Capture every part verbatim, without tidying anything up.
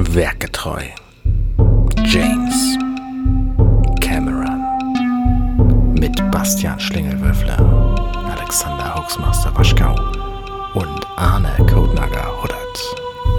Werkgetreu. James Cameron. Mit Bastian Schlingelwöffler, Alexander Hoaxmaster-Waschkau und Arne Codenager-Huddert.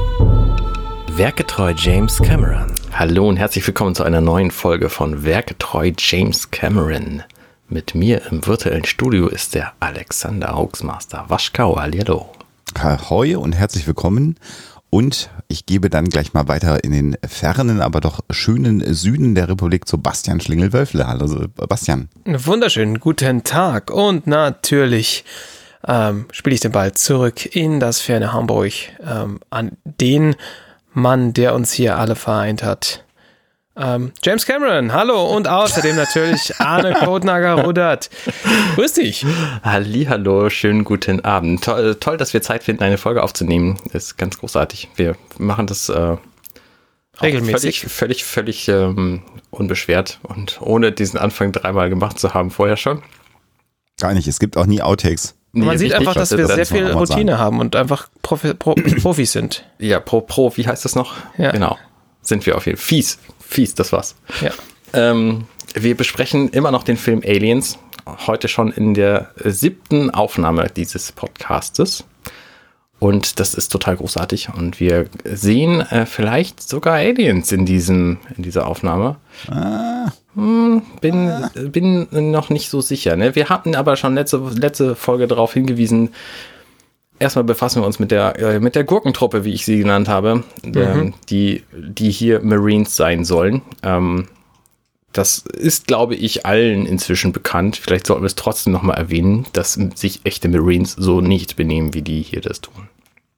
Werkgetreu James Cameron. Hallo und herzlich willkommen zu einer neuen Folge von Werkgetreu James Cameron. Mit mir im virtuellen Studio ist der Alexander Hoaxmaster-Waschkau. Hallihallo. Ahoi und herzlich willkommen. Und ich gebe dann gleich mal weiter in den fernen, aber doch schönen Süden der Republik zu Bastian Schlingelwöffle. Hallo Bastian. Wunderschönen guten Tag und natürlich ähm, spiele ich den Ball zurück in das ferne Hamburg ähm, an den Mann, der uns hier alle vereint hat. Ähm, James Cameron, hallo und außerdem natürlich Arne Codenager-Huddert. Grüß dich. Hallihallo, schönen guten Abend. Toll, toll, dass wir Zeit finden, eine Folge aufzunehmen. Das ist ganz großartig. Wir machen das äh, regelmäßig. Völlig, völlig, völlig ähm, unbeschwert und ohne diesen Anfang dreimal gemacht zu haben, vorher schon. Gar nicht, es gibt auch nie Outtakes. Nee, man sieht einfach, nicht, dass wir das sehr viel Routine sagen. haben und einfach Profi, Pro, Profis sind. Ja, Pro, Pro, wie heißt das noch? Ja. Genau, sind wir auf jeden Fall. Fies, fies, das war's. Ja. Ähm, wir besprechen immer noch den Film Aliens, heute schon in der siebten Aufnahme dieses Podcastes. Und das ist total großartig. Und wir sehen äh, vielleicht sogar Aliens in diesem, in dieser Aufnahme. Ah. Hm, bin, ah. bin noch nicht so sicher. Ne? Wir hatten aber schon letzte, letzte Folge darauf hingewiesen. Erstmal befassen wir uns mit der, äh, mit der Gurkentruppe, wie ich sie genannt habe, mhm. ähm, die, die hier Marines sein sollen. Ähm, das ist, glaube ich, allen inzwischen bekannt. Vielleicht sollten wir es trotzdem nochmal erwähnen, dass sich echte Marines so nicht benehmen, wie die hier das tun.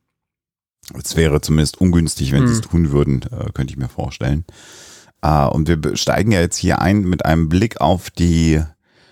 Es wäre zumindest ungünstig, wenn hm. sie es tun würden, äh, könnte ich mir vorstellen. Äh, und wir steigen ja jetzt hier ein mit einem Blick auf die,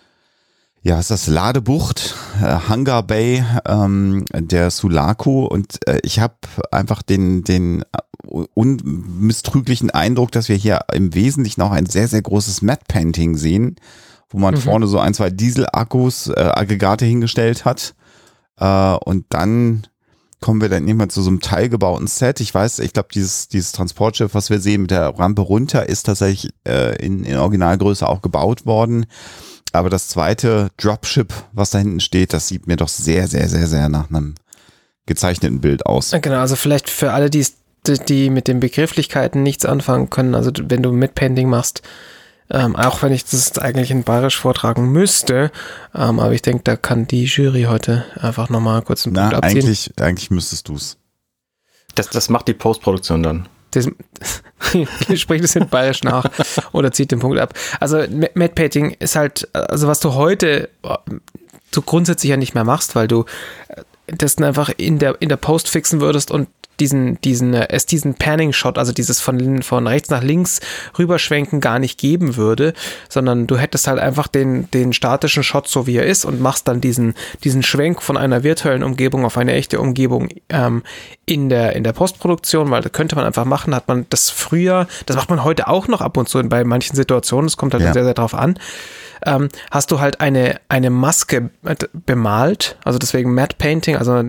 ja, was ist das, Ladebucht, äh, Hangar Bay ähm, der Sulaco. Und äh, ich habe einfach den, den unmisstrüglichen Eindruck, dass wir hier im Wesentlichen auch ein sehr, sehr großes Matte Painting sehen, wo man mhm. vorne so ein, zwei Diesel-Akkus, äh, Aggregate hingestellt hat. Äh, und dann kommen wir dann irgendwann zu so einem teilgebauten Set. Ich weiß, ich glaube, dieses, dieses Transportschiff, was wir sehen mit der Rampe runter, ist tatsächlich äh, in, in Originalgröße auch gebaut worden. Aber das zweite Dropship, was da hinten steht, das sieht mir doch sehr, sehr, sehr, sehr nach einem gezeichneten Bild aus. Genau, also vielleicht für alle, die, die mit den Begrifflichkeiten nichts anfangen können, also wenn du mit Painting machst, ähm, auch wenn ich das eigentlich in Bayerisch vortragen müsste, ähm, aber ich denke, da kann die Jury heute einfach nochmal kurz einen Punkt Na, abziehen. Eigentlich, eigentlich müsstest du es. Das, das macht die Postproduktion dann. Das, spricht es in Bayerisch nach oder zieht den Punkt ab. Also Matte Painting ist halt, also was du heute so grundsätzlich ja nicht mehr machst, weil du das dann einfach in der, in der Post fixen würdest und diesen, diesen, es diesen Panning-Shot, also dieses von, von rechts nach links rüberschwenken gar nicht geben würde, sondern du hättest halt einfach den, den statischen Shot so wie er ist und machst dann diesen, diesen Schwenk von einer virtuellen Umgebung auf eine echte Umgebung ähm, in der, in der Postproduktion, weil das könnte man einfach machen, hat man das früher, das macht man heute auch noch ab und zu bei manchen Situationen, das kommt halt ja. sehr, sehr drauf an. Ähm, hast du halt eine, eine Maske bemalt, also deswegen Matte Painting, also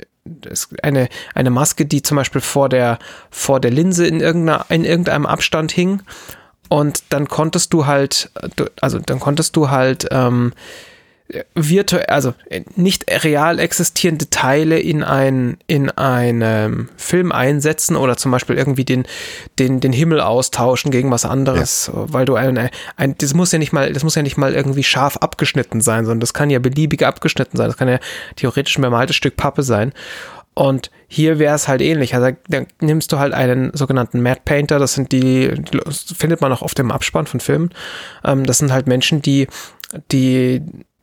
eine, eine Maske, die zum Beispiel vor der, vor der Linse in, irgendeiner, in irgendeinem Abstand hing und dann konntest du halt, also dann konntest du halt ähm, virtuell, also nicht real existierende Teile in ein in einen Film einsetzen oder zum Beispiel irgendwie den den den Himmel austauschen gegen was anderes, ja. weil du ein, ein das muss ja nicht mal das muss ja nicht mal irgendwie scharf abgeschnitten sein, sondern das kann ja beliebig abgeschnitten sein, das kann ja theoretisch ein bemaltes Stück Pappe sein. Und hier wäre es halt ähnlich. Also dann nimmst du halt einen sogenannten Matte Painter, das sind die, die findet man auch auf dem Abspann von Filmen. Ähm, das sind halt Menschen, die die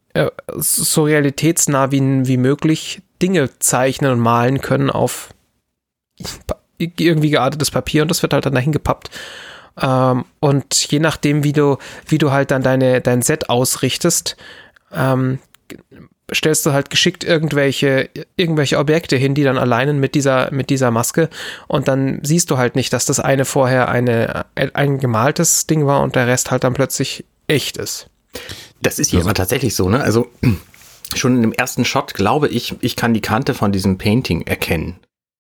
so realitätsnah wie, wie möglich Dinge zeichnen und malen können auf irgendwie geartetes Papier und das wird halt dann dahin gepappt. Ähm, und je nachdem, wie du, wie du halt dann deine, dein Set ausrichtest, ähm, stellst du halt geschickt irgendwelche, irgendwelche Objekte hin, die dann alleinen mit dieser, mit dieser Maske und dann siehst du halt nicht, dass das eine vorher eine, ein gemaltes Ding war und der Rest halt dann plötzlich echt ist. Das ist hier aber tatsächlich so, ne? Also schon in dem ersten Shot glaube ich, ich kann die Kante von diesem Painting erkennen.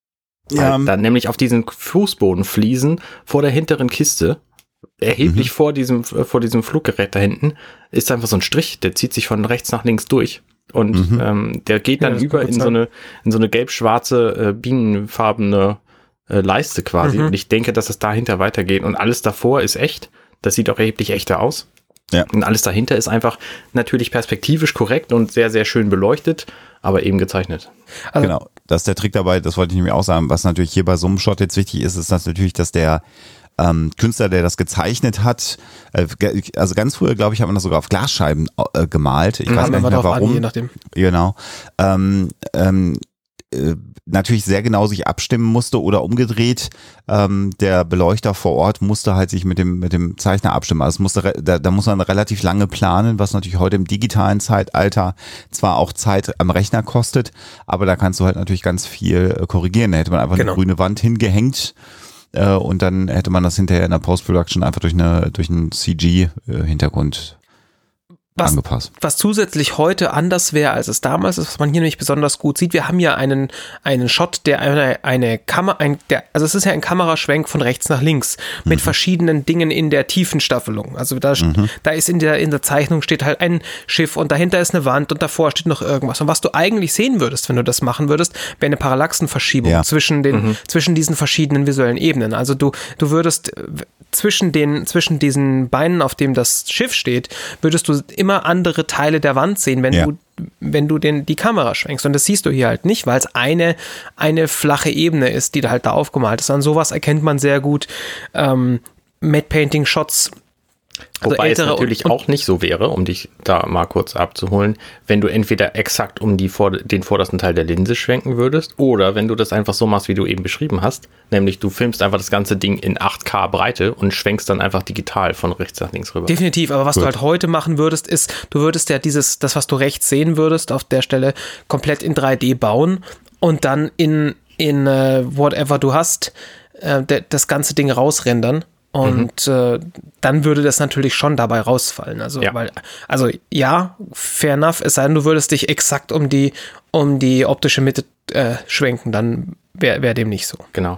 Ja. Dann nämlich auf diesen Fußbodenfliesen vor der hinteren Kiste, erheblich mhm. vor diesem vor diesem Fluggerät da hinten, ist einfach so ein Strich, der zieht sich von rechts nach links durch. Und mhm. ähm, der geht dann ja, über in so eine in so eine gelb-schwarze, äh, bienenfarbene äh, Leiste quasi. Mhm. Und ich denke, dass es dahinter weitergeht. Und alles davor ist echt. Das sieht auch erheblich echter aus. Ja. Und alles dahinter ist einfach natürlich perspektivisch korrekt und sehr, sehr schön beleuchtet, aber eben gezeichnet. Also genau, das ist der Trick dabei, das wollte ich nämlich auch sagen. Was natürlich hier bei so einem Shot jetzt wichtig ist, ist das natürlich, dass der ähm, Künstler, der das gezeichnet hat, äh, also ganz früher, glaube ich, hat man das sogar auf Glasscheiben äh, gemalt. Ich mhm, weiß gar nicht mehr warum. An, je nachdem. Genau. Ähm, ähm, äh, natürlich sehr genau sich abstimmen musste oder umgedreht. Ähm, der Beleuchter vor Ort musste halt sich mit dem mit dem Zeichner abstimmen. Also es musste da, da muss man relativ lange planen, was natürlich heute im digitalen Zeitalter zwar auch Zeit am Rechner kostet, aber da kannst du halt natürlich ganz viel äh, korrigieren. Da hätte man einfach genau. eine grüne Wand hingehängt äh, und dann hätte man das hinterher in der Post-Production einfach durch eine durch einen C G-Hintergrund Was, angepasst. Was zusätzlich heute anders wäre, als es damals ist, was man hier nämlich besonders gut sieht. Wir haben ja einen, einen Shot, der eine, eine Kamera, ein, der, also es ist ja ein Kameraschwenk von rechts nach links mit mhm. verschiedenen Dingen in der Tiefenstaffelung. Also da, mhm. da ist in der, in der Zeichnung steht halt ein Schiff und dahinter ist eine Wand und davor steht noch irgendwas. Und was du eigentlich sehen würdest, wenn du das machen würdest, wäre eine Parallaxenverschiebung ja. zwischen den, mhm. zwischen diesen verschiedenen visuellen Ebenen. Also du, du würdest zwischen den, zwischen diesen Beinen, auf dem das Schiff steht, würdest du immer andere Teile der Wand sehen, wenn ja. du wenn du den, die Kamera schwenkst. Und das siehst du hier halt nicht, weil es eine, eine flache Ebene ist, die da halt da aufgemalt ist. An sowas erkennt man sehr gut ähm, Matte-Painting-Shots. Also Wobei es natürlich und, auch nicht so wäre, um dich da mal kurz abzuholen, wenn du entweder exakt um die vor, den vordersten Teil der Linse schwenken würdest oder wenn du das einfach so machst, wie du eben beschrieben hast, nämlich du filmst einfach das ganze Ding in acht K Breite und schwenkst dann einfach digital von rechts nach links rüber. Definitiv, aber was Gut. du halt heute machen würdest, ist, du würdest ja dieses, das, was du rechts sehen würdest, auf der Stelle komplett in drei D bauen und dann in, in uh, whatever du hast, uh, de, das ganze Ding rausrendern. Und mhm. äh, dann würde das natürlich schon dabei rausfallen. Also, ja. weil, also ja, fair enough, es sei denn, du würdest dich exakt um die, um die optische Mitte äh, schwenken, dann wäre wär dem nicht so. Genau.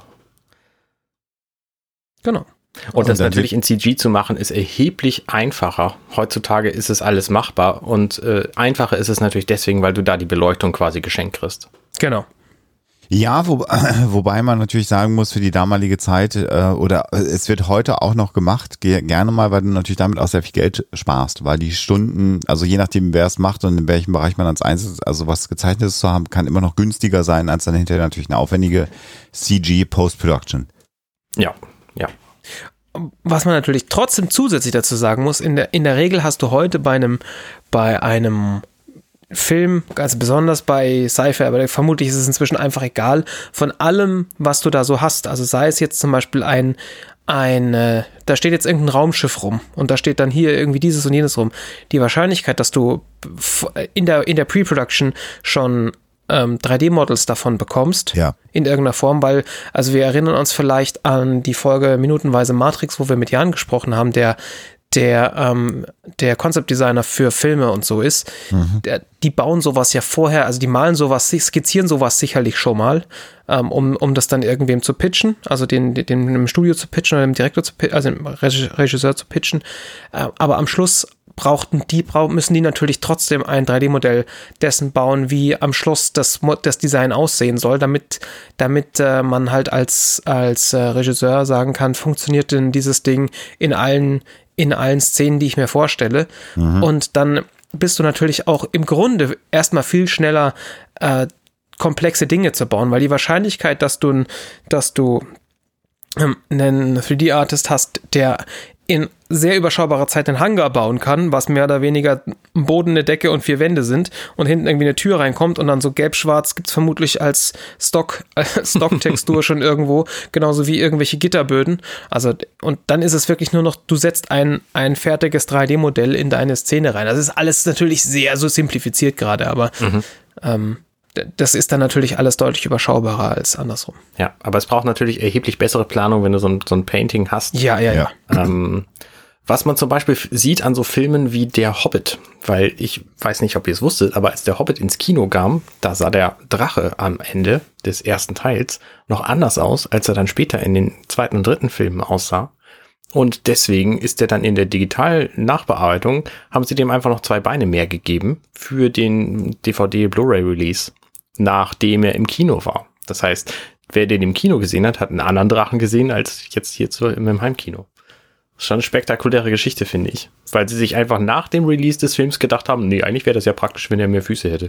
Genau. Und, und das natürlich in C G zu machen, ist erheblich einfacher. Heutzutage ist es alles machbar und äh, einfacher ist es natürlich deswegen, weil du da die Beleuchtung quasi geschenkt kriegst. Genau. Ja, wo, wobei man natürlich sagen muss, für die damalige Zeit, äh, oder es wird heute auch noch gemacht, ge- gerne mal, weil du natürlich damit auch sehr viel Geld sparst, weil die Stunden, also je nachdem, wer es macht und in welchem Bereich man als einzelnes, also was gezeichnetes zu haben, kann immer noch günstiger sein, als dann hinterher natürlich eine aufwendige C G Post-Production. Ja, ja. Was man natürlich trotzdem zusätzlich dazu sagen muss, in der, in der Regel hast du heute bei einem, bei einem Film, ganz besonders bei Sci-Fi, aber vermutlich ist es inzwischen einfach egal, von allem, was du da so hast. Also sei es jetzt zum Beispiel ein, ein äh, da steht jetzt irgendein Raumschiff rum und da steht dann hier irgendwie dieses und jenes rum. Die Wahrscheinlichkeit, dass du in der, in der Pre-Production schon ähm, drei D-Models davon bekommst, ja. in irgendeiner Form, weil, also wir erinnern uns vielleicht an die Folge Minutenweise Matrix, wo wir mit Jan gesprochen haben, der der ähm, der Concept-Designer für Filme und so ist, mhm. der, die bauen sowas ja vorher, also die malen sowas, skizzieren sowas sicherlich schon mal, ähm, um, um das dann irgendwem zu pitchen, also den, den, den im Studio zu pitchen oder dem Direktor zu pitchen, also dem Regisseur zu pitchen, äh, aber am Schluss brauchten die, brauch, müssen die natürlich trotzdem ein drei D-Modell dessen bauen, wie am Schluss das, das Design aussehen soll, damit, damit äh, man halt als, als äh, Regisseur sagen kann, funktioniert denn dieses Ding in allen in allen Szenen, die ich mir vorstelle. Mhm. Und dann bist du natürlich auch im Grunde erstmal viel schneller äh, komplexe Dinge zu bauen, weil die Wahrscheinlichkeit, dass du, dass du ähm, einen drei D-Artist hast, der in sehr überschaubarer Zeit einen Hangar bauen kann, was mehr oder weniger ein Boden, eine Decke und vier Wände sind und hinten irgendwie eine Tür reinkommt und dann so gelb-schwarz gibt's vermutlich als Stock, äh, Stock-Textur schon irgendwo, genauso wie irgendwelche Gitterböden. Also, und dann ist es wirklich nur noch, du setzt ein, ein fertiges drei D-Modell in deine Szene rein. Das ist alles natürlich sehr so simplifiziert gerade, aber mhm. ähm, das ist dann natürlich alles deutlich überschaubarer als andersrum. Ja, aber es braucht natürlich erheblich bessere Planung, wenn du so ein, so ein Painting hast. Ja, ja, ja. Ähm, Was man zum Beispiel sieht an so Filmen wie Der Hobbit, weil ich weiß nicht, ob ihr es wusstet, aber als Der Hobbit ins Kino kam, da sah der Drache am Ende des ersten Teils noch anders aus, als er dann später in den zweiten und dritten Filmen aussah. Und deswegen ist er dann in der Digital-Nachbearbeitung, haben sie dem einfach noch zwei Beine mehr gegeben für den D V D-Blu-ray-Release, nachdem er im Kino war. Das heißt, wer den im Kino gesehen hat, hat einen anderen Drachen gesehen als jetzt hier zu, im Heimkino. Das ist schon eine spektakuläre Geschichte, finde ich. Weil sie sich einfach nach dem Release des Films gedacht haben, nee, eigentlich wäre das ja praktisch, wenn er mehr Füße hätte.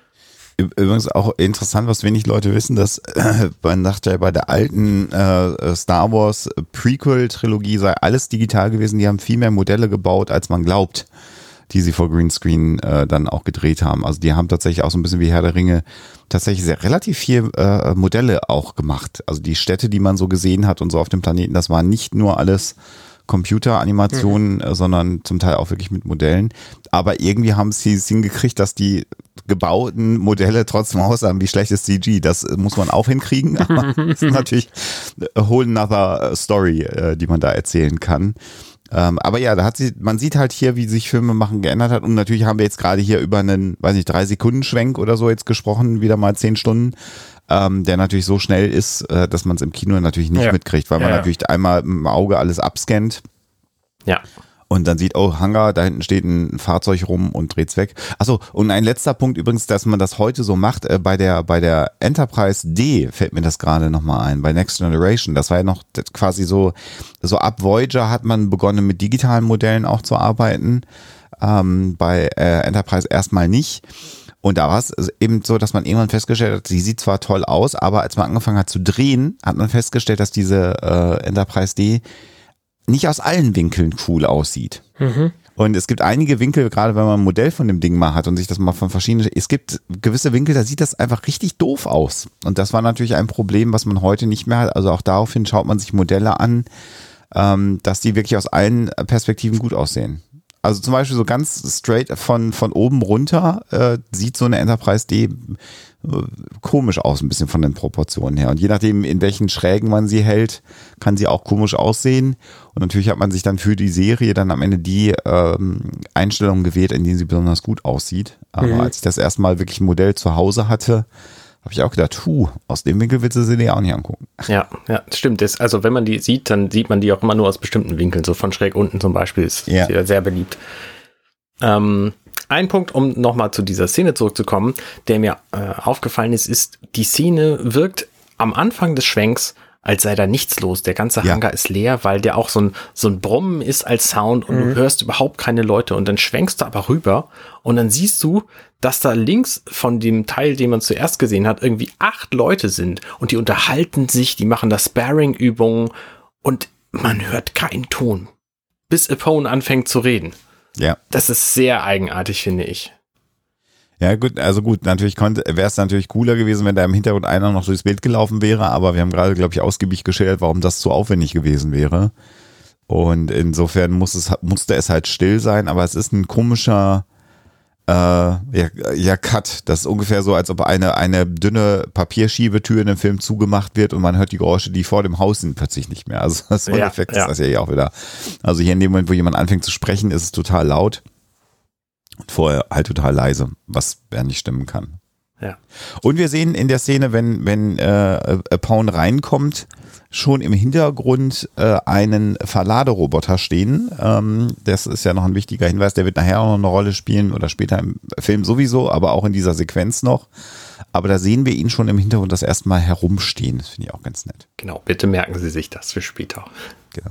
Übrigens auch interessant, was wenig Leute wissen, dass äh, man dachte ja bei der alten äh, Star Wars Prequel-Trilogie sei alles digital gewesen. Die haben viel mehr Modelle gebaut, als man glaubt, die sie vor Greenscreen äh, dann auch gedreht haben. Also die haben tatsächlich auch so ein bisschen wie Herr der Ringe tatsächlich sehr relativ viel äh, Modelle auch gemacht. Also die Städte, die man so gesehen hat und so auf dem Planeten, das waren nicht nur alles Computeranimationen, mhm. sondern zum Teil auch wirklich mit Modellen. Aber irgendwie haben sie es hingekriegt, dass die gebauten Modelle trotzdem aussahen wie schlechtes C G. Das muss man auch hinkriegen. Aber das ist natürlich a whole another story, die man da erzählen kann. Aber ja, da hat sie, man sieht halt hier, wie sich Filme machen geändert hat. Und natürlich haben wir jetzt gerade hier über einen, weiß nicht, drei Sekunden Schwenk oder so jetzt gesprochen, wieder mal zehn Stunden. Ähm, der natürlich so schnell ist, äh, dass man es im Kino natürlich nicht ja. mitkriegt, weil man ja, natürlich ja. einmal im Auge alles abscannt. Ja. Und dann sieht, oh, Hangar, da hinten steht ein Fahrzeug rum und dreht's weg. Achso, und ein letzter Punkt übrigens, dass man das heute so macht, äh, bei der bei der Enterprise D fällt mir das gerade nochmal ein, bei Next Generation. Das war ja noch quasi so, so ab Voyager hat man begonnen mit digitalen Modellen auch zu arbeiten, ähm, bei äh, Enterprise erstmal nicht. Und da war es eben so, dass man irgendwann festgestellt hat, sie sieht zwar toll aus, aber als man angefangen hat zu drehen, hat man festgestellt, dass diese äh, Enterprise D nicht aus allen Winkeln cool aussieht. Mhm. Und es gibt einige Winkel, gerade wenn man ein Modell von dem Ding mal hat und sich das mal von verschiedenen, es gibt gewisse Winkel, da sieht das einfach richtig doof aus. Und das war natürlich ein Problem, was man heute nicht mehr hat. Also auch daraufhin schaut man sich Modelle an, ähm, dass die wirklich aus allen Perspektiven gut aussehen. Also zum Beispiel so ganz straight von, von oben runter äh, sieht so eine Enterprise D äh, komisch aus, ein bisschen von den Proportionen her. Und je nachdem, in welchen Schrägen man sie hält, kann sie auch komisch aussehen. Und natürlich hat man sich dann für die Serie dann am Ende die ähm, Einstellungen gewählt, in denen sie besonders gut aussieht. Aber mhm. als ich das erste Mal wirklich ein Modell zu Hause hatte, habe ich auch gedacht, hu, aus dem Winkel willst du sie dir auch nicht angucken. Ja, ja, stimmt. Das, also wenn man die sieht, dann sieht man die auch immer nur aus bestimmten Winkeln. So von schräg unten zum Beispiel ist ja. sehr, sehr beliebt. Ähm, ein Punkt, um nochmal zu dieser Szene zurückzukommen, der mir äh, aufgefallen ist, ist, die Szene wirkt am Anfang des Schwenks, als sei da nichts los. Der ganze ja. Hangar ist leer, weil der auch so ein, so ein Brummen ist als Sound und mhm. du hörst überhaupt keine Leute und dann schwenkst du aber rüber und dann siehst du, dass da links von dem Teil, den man zuerst gesehen hat, irgendwie acht Leute sind und die unterhalten sich, die machen da Sparring-Übungen und man hört keinen Ton, bis Apone anfängt zu reden. Ja. Das ist sehr eigenartig, finde ich. Ja gut, also gut, natürlich konnte, wäre es natürlich cooler gewesen, wenn da im Hintergrund einer noch durchs Bild gelaufen wäre, aber wir haben gerade, glaube ich, ausgiebig geschildert, warum das zu aufwendig gewesen wäre. Und insofern muss es, musste es halt still sein, aber es ist ein komischer äh, ja, ja, Cut. Das ist ungefähr so, als ob eine, eine dünne Papierschiebetür in einem Film zugemacht wird und man hört die Geräusche, die vor dem Haus sind, plötzlich nicht mehr. Also so ein ja, Effekt ja. ist das ja hier auch wieder. Also hier in dem Moment, wo jemand anfängt zu sprechen, ist es total laut. Und vorher halt total leise, was ja nicht stimmen kann. Ja. Und wir sehen in der Szene, wenn, wenn äh, Apone reinkommt, schon im Hintergrund äh, einen Verladeroboter stehen. Ähm, das ist ja noch ein wichtiger Hinweis, der wird nachher auch noch eine Rolle spielen oder später im Film sowieso, aber auch in dieser Sequenz noch. Aber da sehen wir ihn schon im Hintergrund das erste Mal herumstehen. Das finde ich auch ganz nett. Genau, bitte merken Sie sich das für später. Genau.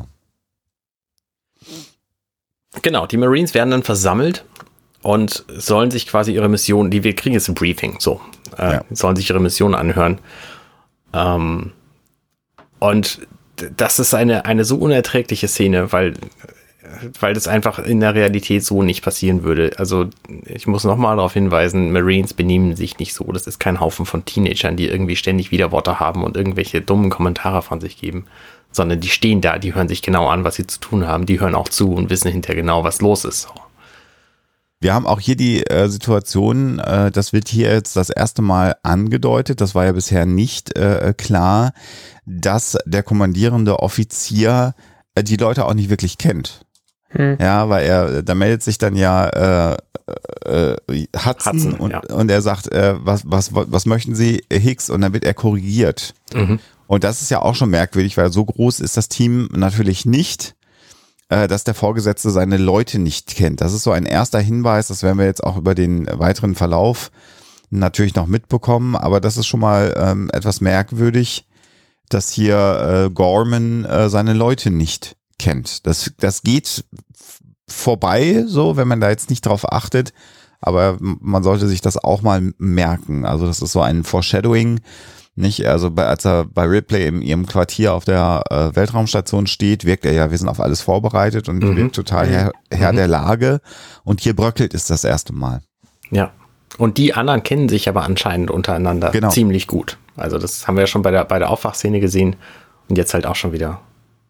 Genau, die Marines werden dann versammelt und sollen sich quasi ihre Mission, die wir kriegen jetzt ein Briefing, so, äh, ja. sollen sich ihre Mission anhören. Ähm, und das ist eine, eine so unerträgliche Szene, weil, weil das einfach in der Realität so nicht passieren würde. Also ich muss nochmal darauf hinweisen, Marines benehmen sich nicht so. Das ist kein Haufen von Teenagern, die irgendwie ständig Widerworte haben und irgendwelche dummen Kommentare von sich geben, sondern die stehen da, die hören sich genau an, was sie zu tun haben, die hören auch zu und wissen hinterher genau, was los ist. Wir haben auch hier die äh, Situation, äh, das wird hier jetzt das erste Mal angedeutet, das war ja bisher nicht äh, klar, dass der kommandierende Offizier äh, die Leute auch nicht wirklich kennt. Hm. Ja, weil er, da meldet sich dann ja äh, äh, Hudson, Hudson und, ja. und er sagt, äh, was, was, was möchten Sie, Hicks? Und dann wird er korrigiert. Mhm. Und das ist ja auch schon merkwürdig, weil so groß ist das Team natürlich nicht, äh, dass der Vorgesetzte seine Leute nicht kennt. Das ist so ein erster Hinweis, das werden wir jetzt auch über den weiteren Verlauf natürlich noch mitbekommen, aber das ist schon mal ähm, etwas merkwürdig, dass hier äh, Gorman äh, seine Leute nicht kennt. Das, das geht vorbei, so, wenn man da jetzt nicht drauf achtet, aber man sollte sich das auch mal merken. Also das ist so ein Foreshadowing, nicht? Also bei, als er bei Ripley in ihrem Quartier auf der äh, Weltraumstation steht, wirkt er ja, wir sind auf alles vorbereitet und mhm. wirkt total Herr, Herr mhm. der Lage, und hier bröckelt es das erste Mal. Ja, und die anderen kennen sich aber anscheinend untereinander genau. ziemlich gut. Also das haben wir ja schon bei der, bei der Aufwachszene gesehen und jetzt halt auch schon wieder.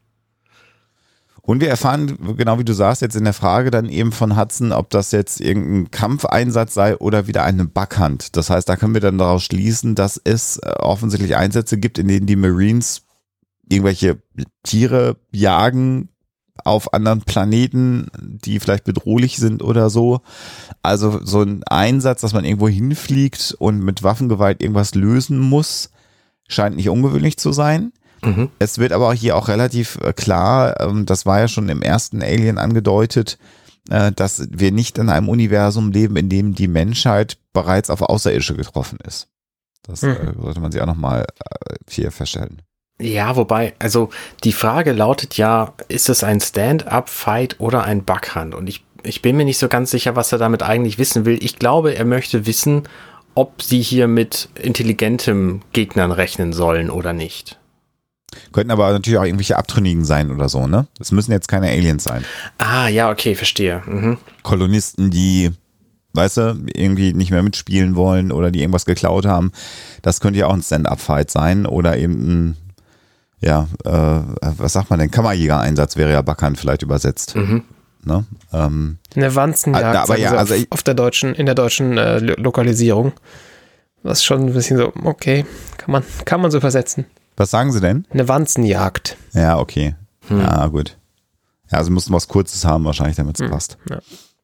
Und wir erfahren, genau wie du sagst, jetzt in der Frage dann eben von Hudson, ob das jetzt irgendein Kampfeinsatz sei oder wieder eine Backhand. Das heißt, da können wir dann daraus schließen, dass es offensichtlich Einsätze gibt, in denen die Marines irgendwelche Tiere jagen auf anderen Planeten, die vielleicht bedrohlich sind oder so. Also so ein Einsatz, dass man irgendwo hinfliegt und mit Waffengewalt irgendwas lösen muss, scheint nicht ungewöhnlich zu sein. Mhm. Es wird aber hier auch relativ klar, das war ja schon im ersten Alien angedeutet, dass wir nicht in einem Universum leben, in dem die Menschheit bereits auf Außerirdische getroffen ist. Das mhm. sollte man sich auch nochmal hier feststellen. Ja, wobei, also die Frage lautet ja, ist es ein Stand-up-Fight oder ein Backhand? Und ich, ich bin mir nicht so ganz sicher, was er damit eigentlich wissen will. Ich glaube, er möchte wissen, ob sie hier mit intelligentem Gegnern rechnen sollen oder nicht. Könnten aber natürlich auch irgendwelche Abtrünnigen sein oder so, ne? Das müssen jetzt keine Aliens sein. Ah, ja, okay, verstehe. Mhm. Kolonisten, die, weißt du, irgendwie nicht mehr mitspielen wollen oder die irgendwas geklaut haben. Das könnte ja auch ein Stand-up-Fight sein oder eben ein, ja, äh, was sagt man denn? Kammerjäger-Einsatz wäre ja Backhand vielleicht übersetzt. Mhm. Ne? Ähm, Eine Wanzenjagd, aber ja, also auf, auf der deutschen, in der deutschen äh, Lokalisierung. Was schon ein bisschen so, okay, kann man, kann man so versetzen. Was sagen Sie denn? Eine Wanzenjagd. Ja, okay. Hm. Ja, gut. Ja, also mussten was Kurzes haben wahrscheinlich, damit es hm. passt. Ja.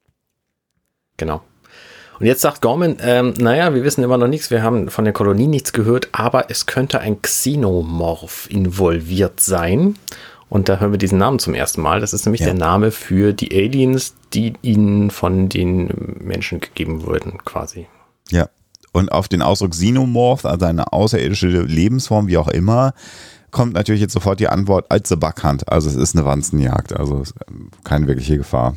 Genau. Und jetzt sagt Gorman, ähm, naja, wir wissen immer noch nichts, wir haben von der Kolonie nichts gehört, aber es könnte ein Xenomorph involviert sein. Und da hören wir diesen Namen zum ersten Mal. Das ist nämlich ja. der Name für die Aliens, die ihnen von den Menschen gegeben wurden, quasi. Ja. Und auf den Ausdruck Xenomorph, also eine außerirdische Lebensform, wie auch immer, kommt natürlich jetzt sofort die Antwort als the Backhand. Also es ist eine Wanzenjagd, also keine wirkliche Gefahr.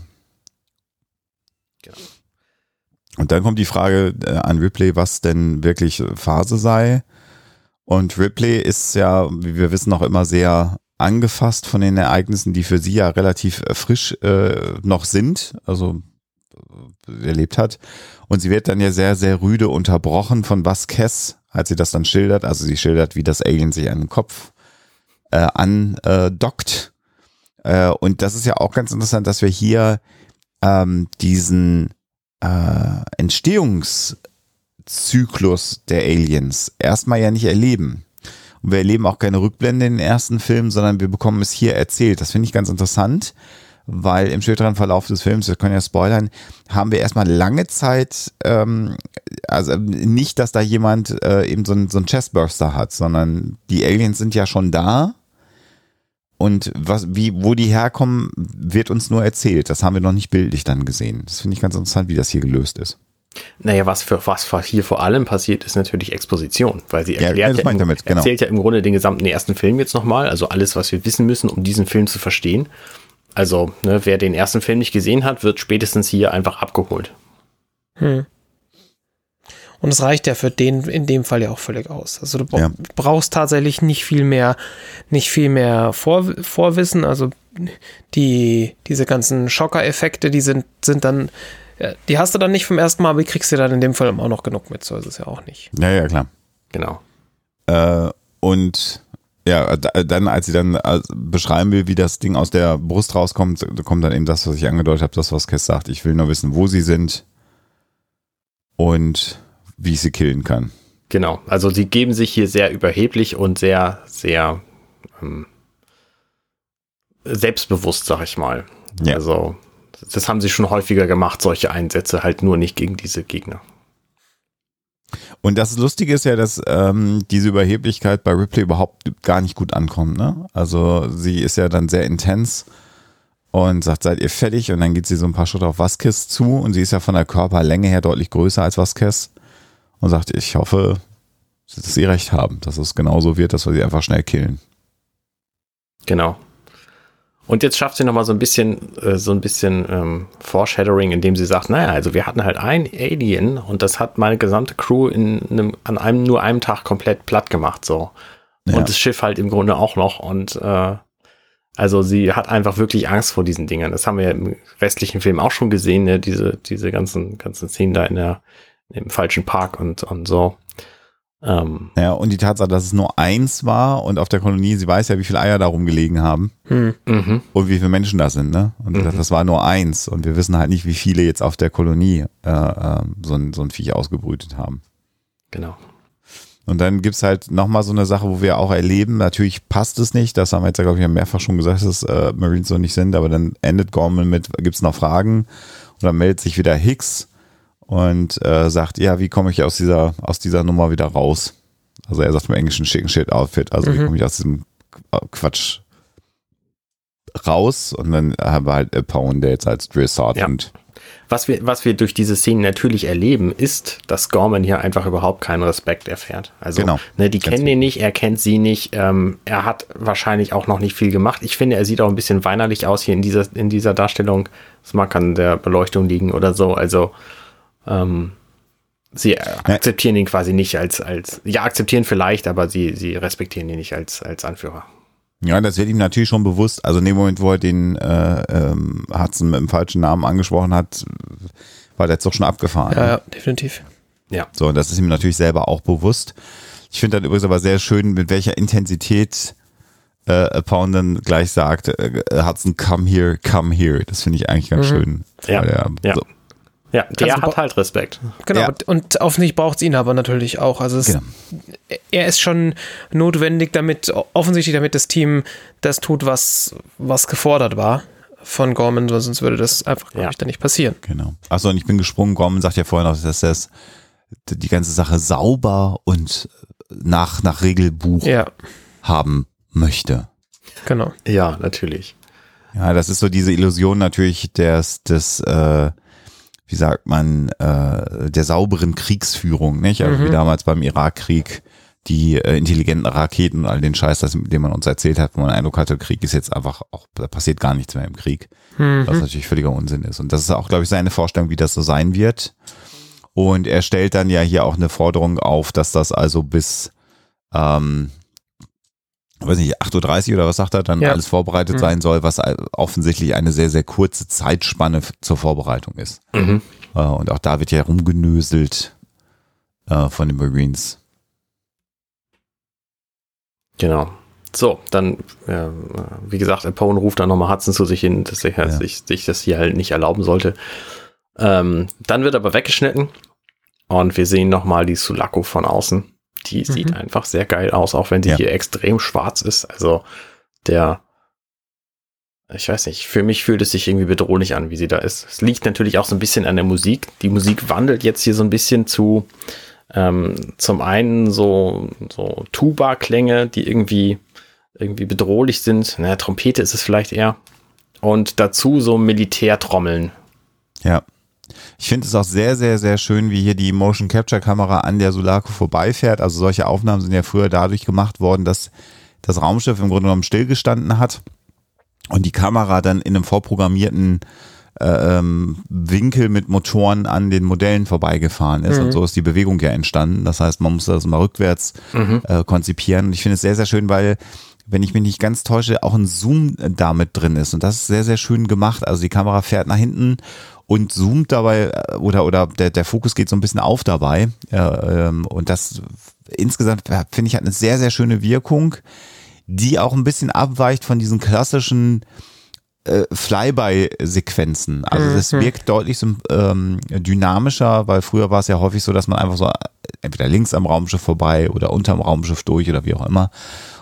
Genau. Und dann kommt die Frage äh, an Ripley, was denn wirklich Phase sei. Und Ripley ist ja, wie wir wissen, auch immer sehr angefasst von den Ereignissen, die für sie ja relativ frisch äh, noch sind, also erlebt hat. Und sie wird dann ja sehr, sehr rüde unterbrochen von Vasquez, als sie das dann schildert. Also sie schildert, wie das Alien sich an den Kopf äh, andockt. Äh, und das ist ja auch ganz interessant, dass wir hier ähm, diesen äh, Entstehungszyklus der Aliens erstmal ja nicht erleben. Und wir erleben auch keine Rückblende in den ersten Filmen, sondern wir bekommen es hier erzählt. Das finde ich ganz interessant, weil im späteren Verlauf des Films, wir können ja spoilern, haben wir erstmal lange Zeit, ähm, also nicht, dass da jemand äh, eben so ein, so ein Chestburster hat, sondern die Aliens sind ja schon da und was, wie, wo die herkommen, wird uns nur erzählt. Das haben wir noch nicht bildlich dann gesehen. Das finde ich ganz interessant, wie das hier gelöst ist. Naja, was, für, was hier vor allem passiert, ist natürlich Exposition, weil sie erklärt ja, ja im, damit, genau. erzählt ja im Grunde den gesamten ersten Film jetzt nochmal, also alles, was wir wissen müssen, um diesen Film zu verstehen. Also, ne, wer den ersten Film nicht gesehen hat, wird spätestens hier einfach abgeholt. Hm. Und es reicht ja für den in dem Fall ja auch völlig aus. Also du ja. brauchst tatsächlich nicht viel mehr, nicht viel mehr Vor, Vorwissen. Also die, diese ganzen Schocker-Effekte, die sind, sind dann, die hast du dann nicht vom ersten Mal, aber die kriegst du dann in dem Fall auch noch genug mit. So ist es ja auch nicht. Ja, ja, klar. Genau. Äh, und ja, dann, als sie dann beschreiben will, wie das Ding aus der Brust rauskommt, kommt dann eben das, was ich angedeutet habe, das, was Kes sagt. Ich will nur wissen, wo sie sind und wie ich sie killen kann. Genau, also sie geben sich hier sehr überheblich und sehr, sehr ähm, selbstbewusst, sag ich mal. Ja. Also das haben sie schon häufiger gemacht, solche Einsätze, halt nur nicht gegen diese Gegner. Und das Lustige ist ja, dass ähm, diese Überheblichkeit bei Ripley überhaupt gar nicht gut ankommt. Ne? Also sie ist ja dann sehr intens und sagt, seid ihr fertig? Und dann geht sie so ein paar Schritte auf Vasquez zu und sie ist ja von der Körperlänge her deutlich größer als Vasquez und sagt, ich hoffe, dass sie recht haben, dass es genauso wird, dass wir sie einfach schnell killen. Genau. Und jetzt schafft sie nochmal so ein bisschen, äh, so ein bisschen ähm, Foreshadowing, indem sie sagt, naja, also wir hatten halt ein Alien und das hat meine gesamte Crew in einem, an einem, nur einem Tag komplett platt gemacht, so. Ja. Und das Schiff halt im Grunde auch noch und äh, also sie hat einfach wirklich Angst vor diesen Dingern. Das haben wir ja im restlichen Film auch schon gesehen, ne? diese, diese ganzen, ganzen Szenen da in der, im falschen Park und, und so. Ähm, Ja, und die Tatsache, dass es nur eins war und auf der Kolonie, sie weiß ja, wie viele Eier da rumgelegen haben Hm. mhm. und wie viele Menschen da sind, ne? Und Mhm. das, das war nur eins und wir wissen halt nicht, wie viele jetzt auf der Kolonie äh, äh, so, ein, so ein Viech ausgebrütet haben. Genau. Und dann gibt's halt nochmal so eine Sache, wo wir auch erleben, natürlich passt es nicht, das haben wir jetzt ja, glaube ich, mehrfach schon gesagt, dass äh, Marines so nicht sind, aber dann endet Gorman mit, gibt's noch Fragen und dann meldet sich wieder Hicks und äh, sagt, ja, wie komme ich aus dieser, aus dieser Nummer wieder raus? Also er sagt im Englischen Chicken Shit Outfit, also wie Mhm. komme ich aus diesem Quatsch raus? Und dann haben wir halt Pound, der jetzt als Drill Sergeant. Was wir, was wir durch diese Szenen natürlich erleben, ist, dass Gorman hier einfach überhaupt keinen Respekt erfährt. Also, Genau. ne, die Ganz kennen ihn nicht, er kennt sie nicht, ähm, er hat wahrscheinlich auch noch nicht viel gemacht. Ich finde, er sieht auch ein bisschen weinerlich aus hier in dieser, in dieser Darstellung. Das mag an der Beleuchtung liegen oder so. Also, ähm, sie akzeptieren ihn quasi nicht als, als, ja, akzeptieren vielleicht, aber sie, sie respektieren ihn nicht als, als Anführer. Ja, das wird ihm natürlich schon bewusst. Also in dem Moment, wo er den äh, ähm, Hudson mit dem falschen Namen angesprochen hat, war der Zug schon abgefahren. Ja, ja, definitiv. Ja. So, und das ist ihm natürlich selber auch bewusst. Ich finde dann übrigens aber sehr schön, mit welcher Intensität äh, Pound dann gleich sagt, äh, Hudson, come here, come here. Das finde ich eigentlich ganz Mhm. schön. Ja, Weil er ja. so, Ja, der Also, hat halt Respekt. Genau, Ja. und, und offensichtlich braucht es ihn aber natürlich auch. Also es, Genau. er ist schon notwendig, damit, offensichtlich damit das Team das tut, was, was gefordert war von Gorman, sonst würde das einfach, glaube Ja. ich, dann nicht passieren. Genau. Achso, und ich bin gesprungen. Gorman sagt ja vorhin noch, dass das die ganze Sache sauber und nach, nach Regelbuch Ja, haben möchte. genau. Ja, natürlich. Ja, das ist so diese Illusion natürlich des, des äh, wie sagt man, äh, der sauberen Kriegsführung, nicht? Also Mhm. wie damals beim Irakkrieg die äh, intelligenten Raketen und all den Scheiß, das, den man uns erzählt hat, wo man den Eindruck hatte, Krieg ist jetzt einfach auch, da passiert gar nichts mehr im Krieg, Mhm. was natürlich völliger Unsinn ist. Und das ist auch, glaube ich, seine Vorstellung, wie das so sein wird. Und er stellt dann ja hier auch eine Forderung auf, dass das also bis ähm, weiß nicht, acht Uhr dreißig oder was sagt er, dann Ja. alles vorbereitet Mhm. sein soll, was offensichtlich eine sehr, sehr kurze Zeitspanne f- zur Vorbereitung ist. Mhm. Äh, Und auch da wird ja rumgenöselt äh, von den Marines. Genau. So, dann, äh, wie gesagt, Apone ruft dann nochmal Hudson zu sich hin, dass er Ja. sich, sich das hier halt nicht erlauben sollte. Ähm, dann wird aber weggeschnitten und wir sehen nochmal die Sulaco von außen. Die sieht einfach sehr geil aus, auch wenn sie Ja. hier extrem schwarz ist. Also der, ich weiß nicht, für mich fühlt es sich irgendwie bedrohlich an, wie sie da ist. Es liegt natürlich auch so ein bisschen an der Musik. Die Musik wandelt jetzt hier so ein bisschen zu ähm, zum einen so, so Tuba-Klänge, die irgendwie, irgendwie bedrohlich sind. Naja, Trompete ist es vielleicht eher. Und dazu so Militärtrommeln. Ja. Ich finde es auch sehr, sehr, sehr schön, wie hier die Motion Capture Kamera an der Sulaco vorbeifährt. Also solche Aufnahmen sind ja früher dadurch gemacht worden, dass das Raumschiff im Grunde genommen stillgestanden hat und die Kamera dann in einem vorprogrammierten äh, ähm, Winkel mit Motoren an den Modellen vorbeigefahren ist. Mhm. Und so ist die Bewegung ja entstanden. Das heißt, man muss das mal rückwärts Mhm. äh, konzipieren. Und ich finde es sehr, sehr schön, weil, wenn ich mich nicht ganz täusche, auch ein Zoom damit drin ist. Und das ist sehr, sehr schön gemacht. Also die Kamera fährt nach hinten und zoomt dabei äh, oder oder der der Fokus geht so ein bisschen auf dabei äh, ähm, und das insgesamt äh, finde ich hat eine sehr sehr schöne Wirkung, die auch ein bisschen abweicht von diesen klassischen äh, Flyby-Sequenzen. Also das Mhm. wirkt deutlich so, ähm, dynamischer, weil früher war es ja häufig so, dass man einfach so entweder links am Raumschiff vorbei oder unterm Raumschiff durch oder wie auch immer.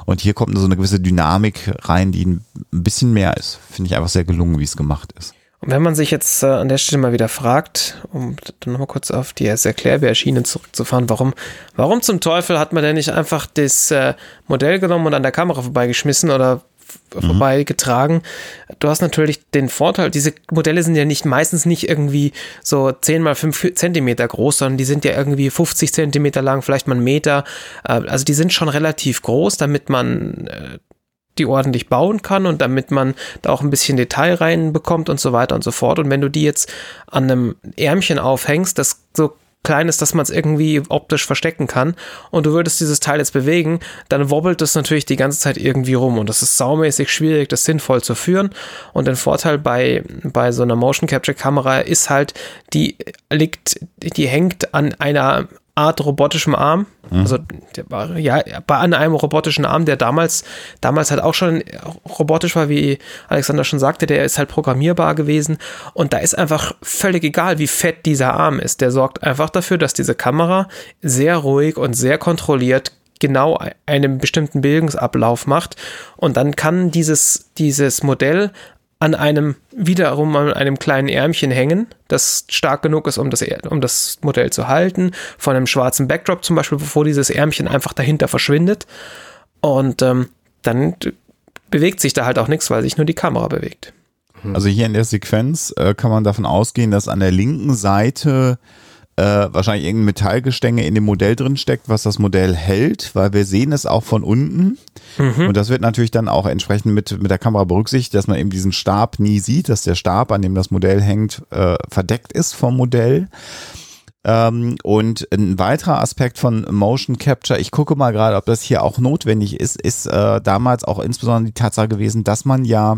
Und hier kommt so eine gewisse Dynamik rein, die ein bisschen mehr ist. Finde ich einfach sehr gelungen, wie es gemacht ist. Und wenn man sich jetzt äh, an der Stelle mal wieder fragt, um dann nochmal kurz auf die Erklärbär-Schiene zurückzufahren, warum, warum zum Teufel hat man denn nicht einfach das äh, Modell genommen und an der Kamera vorbeigeschmissen oder f- mhm. vorbeigetragen? Du hast natürlich den Vorteil, diese Modelle sind ja nicht meistens nicht irgendwie so zehn mal fünf Zentimeter groß, sondern die sind ja irgendwie fünfzig Zentimeter lang, vielleicht mal einen Meter. Äh, also die sind schon relativ groß, damit man äh, die ordentlich bauen kann und damit man da auch ein bisschen Detail reinbekommt und so weiter und so fort. Und wenn du die jetzt an einem Ärmchen aufhängst, das so klein ist, dass man es irgendwie optisch verstecken kann und du würdest dieses Teil jetzt bewegen, dann wobbelt es natürlich die ganze Zeit irgendwie rum und das ist saumäßig schwierig, das sinnvoll zu führen. Und der Vorteil bei, bei so einer Motion Capture Kamera ist halt, die liegt, die hängt an einer Art robotischem Arm, mhm. also ja, bei einem robotischen Arm, der damals, damals halt auch schon robotisch war, wie Alexander schon sagte, der ist halt programmierbar gewesen und da ist einfach völlig egal, wie fett dieser Arm ist. Der sorgt einfach dafür, dass diese Kamera sehr ruhig und sehr kontrolliert genau einen bestimmten Bewegungsablauf macht und dann kann dieses, dieses Modell an einem, wiederum an einem kleinen Ärmchen hängen, das stark genug ist, um das, um das Modell zu halten, von einem schwarzen Backdrop zum Beispiel, bevor dieses Ärmchen einfach dahinter verschwindet. Und ähm, dann bewegt sich da halt auch nichts, weil sich nur die Kamera bewegt. Also hier in der Sequenz äh, kann man davon ausgehen, dass an der linken Seite äh, wahrscheinlich irgendein Metallgestänge in dem Modell drin steckt, was das Modell hält, weil wir sehen es auch von unten. Mhm. Und das wird natürlich dann auch entsprechend mit, mit der Kamera berücksichtigt, dass man eben diesen Stab nie sieht, dass der Stab, an dem das Modell hängt, äh, verdeckt ist vom Modell. Ähm, und ein weiterer Aspekt von Motion Capture, ich gucke mal gerade, ob das hier auch notwendig ist, ist äh, damals auch insbesondere die Tatsache gewesen, dass man ja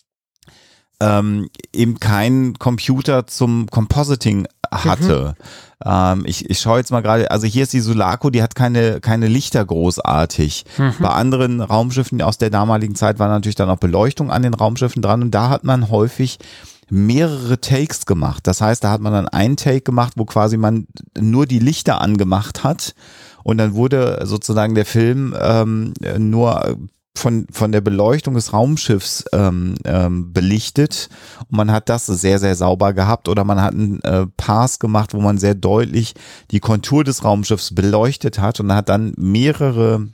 ähm, eben keinen Computer zum Compositing hatte. Mhm. Ähm, ich, ich schaue jetzt mal gerade, also hier ist die Sulaco, die hat keine, keine Lichter großartig. Mhm. Bei anderen Raumschiffen aus der damaligen Zeit war natürlich dann auch Beleuchtung an den Raumschiffen dran und da hat man häufig mehrere Takes gemacht. Das heißt, da hat man dann einen Take gemacht, wo quasi man nur die Lichter angemacht hat und dann wurde sozusagen der Film ähm, nur von von der Beleuchtung des Raumschiffs ähm, ähm, belichtet und man hat das sehr, sehr sauber gehabt oder man hat einen äh, Pass gemacht, wo man sehr deutlich die Kontur des Raumschiffs beleuchtet hat und hat dann mehrere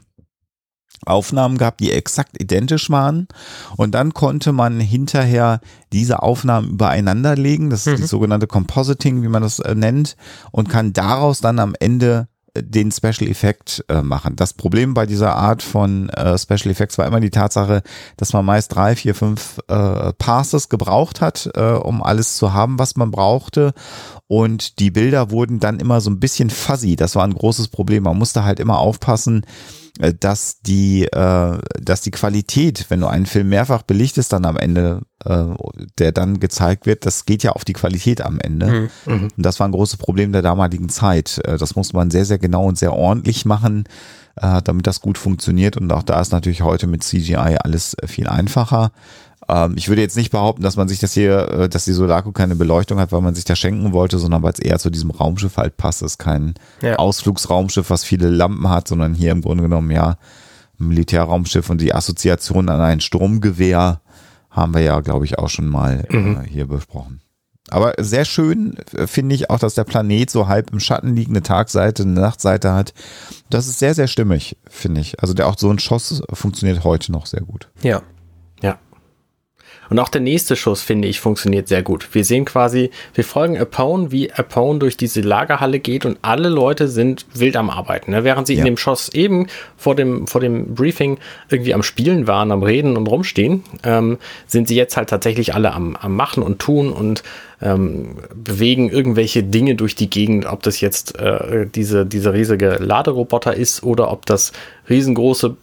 Aufnahmen gehabt, die exakt identisch waren und dann konnte man hinterher diese Aufnahmen übereinander legen, das ist mhm. die sogenannte Compositing, wie man das äh, nennt und kann daraus dann am Ende den Special Effekt äh, machen. Das Problem bei dieser Art von äh, Special Effects war immer die Tatsache, dass man meist drei, vier, fünf äh, Passes gebraucht hat, äh, um alles zu haben, was man brauchte. Und die Bilder wurden dann immer so ein bisschen fuzzy. Das war ein großes Problem. Man musste halt immer aufpassen, äh, dass die, äh, dass die Qualität, wenn du einen Film mehrfach belichtest, dann am Ende, äh, der dann gezeigt wird, das geht ja auf die Qualität am Ende. Mhm. Und das war ein großes Problem der damaligen Zeit. Äh, das musste man sehr, sehr genau und sehr ordentlich machen, äh, damit das gut funktioniert. Und auch da ist natürlich heute mit C G I alles viel einfacher. Ähm, ich würde jetzt nicht behaupten, dass man sich das hier, äh, dass die Sulaco keine Beleuchtung hat, weil man sich das schenken wollte, sondern weil es eher zu diesem Raumschiff halt passt. Es ist kein ja. Ausflugsraumschiff, was viele Lampen hat, sondern hier im Grunde genommen ja ein Militärraumschiff und die Assoziation an ein Sturmgewehr haben wir ja, glaube ich, auch schon mal mhm. äh, hier besprochen. Aber sehr schön äh, finde ich auch, dass der Planet so halb im Schatten liegt, eine Tagseite, eine Nachtseite hat. Das ist sehr, sehr stimmig, finde ich. Also der auch so ein Schuss funktioniert heute noch sehr gut. Ja. Ja. Und auch der nächste Schuss, finde ich, funktioniert sehr gut. Wir sehen quasi, wir folgen Apone, wie Apone durch diese Lagerhalle geht und alle Leute sind wild am Arbeiten. Ne? Während sie ja. in dem Schuss eben vor dem, vor dem Briefing irgendwie am Spielen waren, am Reden und rumstehen, ähm, sind sie jetzt halt tatsächlich alle am, am Machen und Tun und ähm, bewegen irgendwelche Dinge durch die Gegend, ob das jetzt äh, diese, diese riesige Laderoboter ist oder ob das riesengroße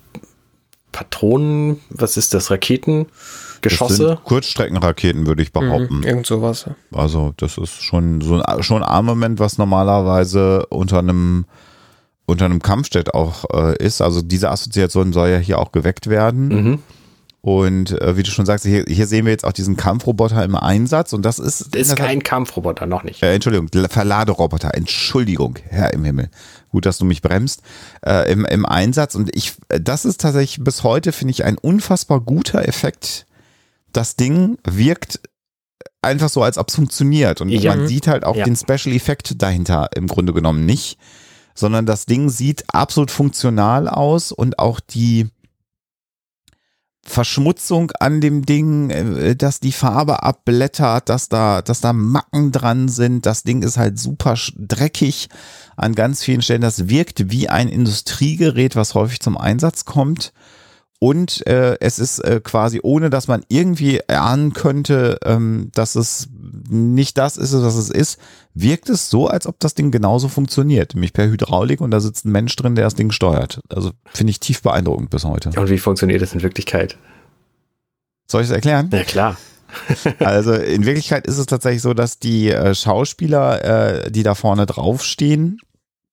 Patronen, was ist das, Raketen? Geschosse? Das sind Kurzstreckenraketen, würde ich behaupten. Mhm, irgend sowas. Also das ist schon so ein, schon ein Armament, was normalerweise unter einem unter einem Kampfjet auch äh, ist. Also diese Assoziation soll ja hier auch geweckt werden. Mhm. Und äh, wie du schon sagst, hier, hier sehen wir jetzt auch diesen Kampfroboter im Einsatz und das ist... Das ist kein Kampfroboter, noch nicht. Äh, Entschuldigung, Verladeroboter, Entschuldigung, Herr im Himmel. Gut, dass du mich bremst, äh, im, im Einsatz. Und ich, das ist tatsächlich bis heute, finde ich, ein unfassbar guter Effekt. Das Ding wirkt einfach so, als ob es funktioniert. Und Ja. man sieht halt auch Ja. den Special Effekt dahinter im Grunde genommen nicht, sondern das Ding sieht absolut funktional aus und auch die Verschmutzung an dem Ding, äh, dass die Farbe abblättert, dass da, dass da Macken dran sind. Das Ding ist halt super sch- dreckig an ganz vielen Stellen. Das wirkt wie ein Industriegerät, was häufig zum Einsatz kommt. Und äh, es ist äh, quasi, ohne dass man irgendwie erahnen könnte, ähm, dass es nicht das ist, was es ist, wirkt es so, als ob das Ding genauso funktioniert. Nämlich per Hydraulik und da sitzt ein Mensch drin, der das Ding steuert. Also finde ich tief beeindruckend bis heute. Und wie funktioniert das in Wirklichkeit? Soll ich es erklären? Ja, klar. Also in Wirklichkeit ist es tatsächlich so, dass die äh, Schauspieler, äh, die da vorne draufstehen,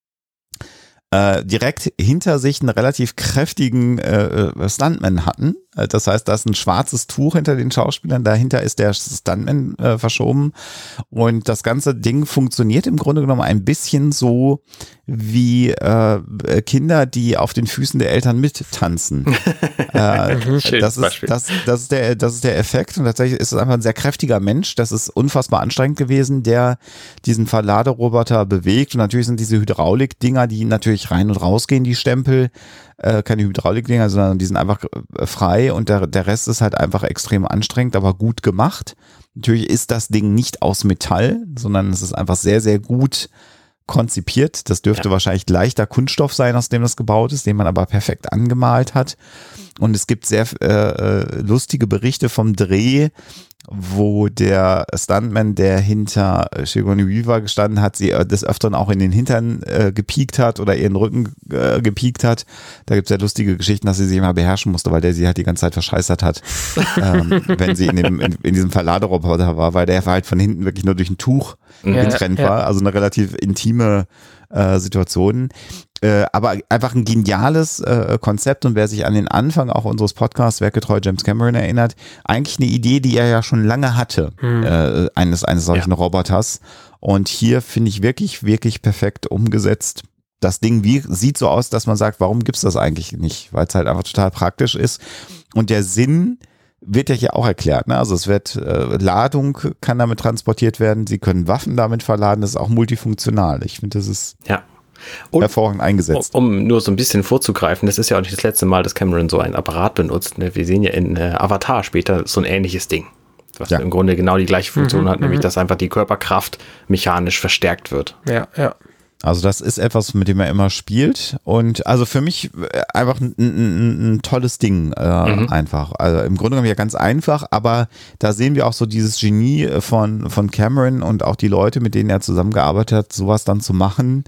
äh, direkt hinter sich einen relativ kräftigen äh, Stuntman hatten. Das heißt, da ist ein schwarzes Tuch hinter den Schauspielern, dahinter ist der Stuntman äh, verschoben und das ganze Ding funktioniert im Grunde genommen ein bisschen so wie äh, Kinder, die auf den Füßen der Eltern mittanzen. äh, Schönes das, ist, Beispiel. das, das, ist der, das ist der Effekt und tatsächlich ist es einfach ein sehr kräftiger Mensch. Das ist unfassbar anstrengend gewesen, der diesen Verladeroboter bewegt und natürlich sind diese Hydraulik-Dinger, die natürlich rein und raus gehen, die Stempel, äh, keine Hydraulik-Dinger, sondern die sind einfach äh, frei und der, der Rest ist halt einfach extrem anstrengend, aber gut gemacht. Natürlich ist das Ding nicht aus Metall, sondern es ist einfach sehr, sehr gut konzipiert. Das dürfte Ja. wahrscheinlich leichter Kunststoff sein, aus dem das gebaut ist, den man aber perfekt angemalt hat. Und es gibt sehr äh, lustige Berichte vom Dreh, wo der Stuntman, der hinter Sigourney Weaver gestanden hat, sie äh, des Öfteren auch in den Hintern äh, gepiekt hat oder ihren Rücken äh, gepiekt hat. Da gibt es sehr lustige Geschichten, dass sie sich immer beherrschen musste, weil der sie halt die ganze Zeit verscheißert hat, ähm, wenn sie in, dem, in, in diesem Verladeroboter war, weil der halt von hinten wirklich nur durch ein Tuch Ja, getrennt ja. war. Also eine relativ intime äh, Situation. Äh, aber einfach ein geniales äh, Konzept und wer sich an den Anfang auch unseres Podcasts Werkgetreu James Cameron erinnert, eigentlich eine Idee, die er ja schon lange hatte, Hm. äh, eines, eines solchen Ja. Roboters. Und hier finde ich wirklich, wirklich perfekt umgesetzt. Das Ding wie, sieht so aus, dass man sagt, warum gibt's das eigentlich nicht? Weil es halt einfach total praktisch ist. Und der Sinn wird ja hier auch erklärt. Ne? Also es wird, äh, Ladung kann damit transportiert werden, sie können Waffen damit verladen, das ist auch multifunktional. Ich finde, das ist Ja. Und hervorragend eingesetzt. um, um nur so ein bisschen vorzugreifen, das ist ja auch nicht das letzte Mal, dass Cameron so ein Apparat benutzt. Ne? Wir sehen ja in äh, Avatar später so ein ähnliches Ding, was Ja. im Grunde genau die gleiche Funktion Mhm, hat, nämlich mhm. dass einfach die Körperkraft mechanisch verstärkt wird. Ja, ja. Also das ist etwas, mit dem er immer spielt und also für mich äh, einfach ein, ein, ein tolles Ding äh, Mhm. einfach. Also im Grunde genommen ja ganz einfach, aber da sehen wir auch so dieses Genie von, von Cameron und auch die Leute, mit denen er zusammengearbeitet hat, sowas dann zu machen.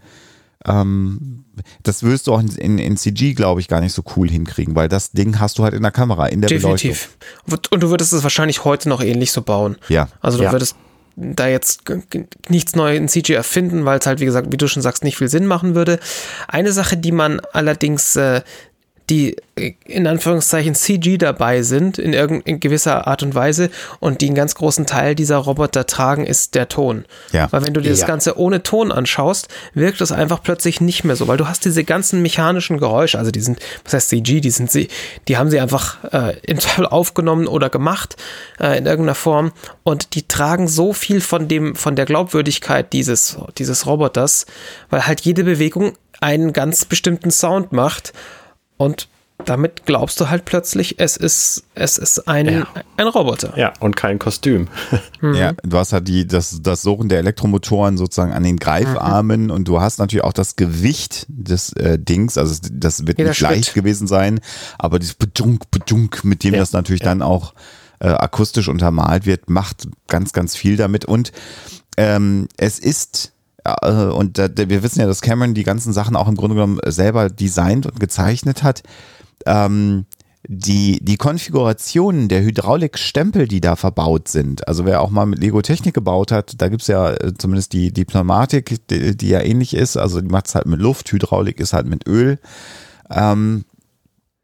Ähm, das wirst du auch in, in, in C G, glaube ich, gar nicht so cool hinkriegen, weil das Ding hast du halt in der Kamera, in der Definitiv. Und du würdest es wahrscheinlich heute noch ähnlich so bauen. Beleuchtung. Ja. Also du Ja. würdest da jetzt g- g- nichts Neues in C G erfinden, weil es halt, wie gesagt, wie du schon sagst, nicht viel Sinn machen würde. Eine Sache, die man allerdings, äh, die äh, in Anführungszeichen C G dabei sind, in irgendeiner gewisser Art und Weise und die einen ganz großen Teil dieser Roboter tragen, ist der Ton. Ja. Weil wenn du dir das Ja. Ganze ohne Ton anschaust, wirkt es einfach plötzlich nicht mehr so, weil du hast diese ganzen mechanischen Geräusche, also die sind, was heißt C G, die sind sie, die haben sie einfach äh, im Teil aufgenommen oder gemacht äh, in irgendeiner Form und die tragen so viel von dem, von der Glaubwürdigkeit dieses, dieses Roboters, weil halt jede Bewegung einen ganz bestimmten Sound macht und damit glaubst du halt plötzlich, es ist, es ist ein, Ja. ein Roboter. Ja, und kein Kostüm. Ja, du hast halt die, das, das Surren der Elektromotoren sozusagen an den Greifarmen und du hast natürlich auch das Gewicht des äh, Dings, also es- das wird Jeder nicht leicht Schritt. gewesen sein, aber dieses Bedunk, Bedunk, mit dem Ja, das natürlich ja. dann auch äh, akustisch untermalt wird, macht ganz, ganz viel damit und ähm, es ist äh, und äh, wir wissen ja, dass Cameron die ganzen Sachen auch im Grunde genommen selber designt und gezeichnet hat. Ähm, die, die Konfigurationen der Hydraulikstempel, die da verbaut sind, also wer auch mal mit Lego Technik gebaut hat, da gibt's ja äh, zumindest die, die Pneumatik, die, die ja ähnlich ist, also die macht's halt mit Luft, Hydraulik ist halt mit Öl. Ähm,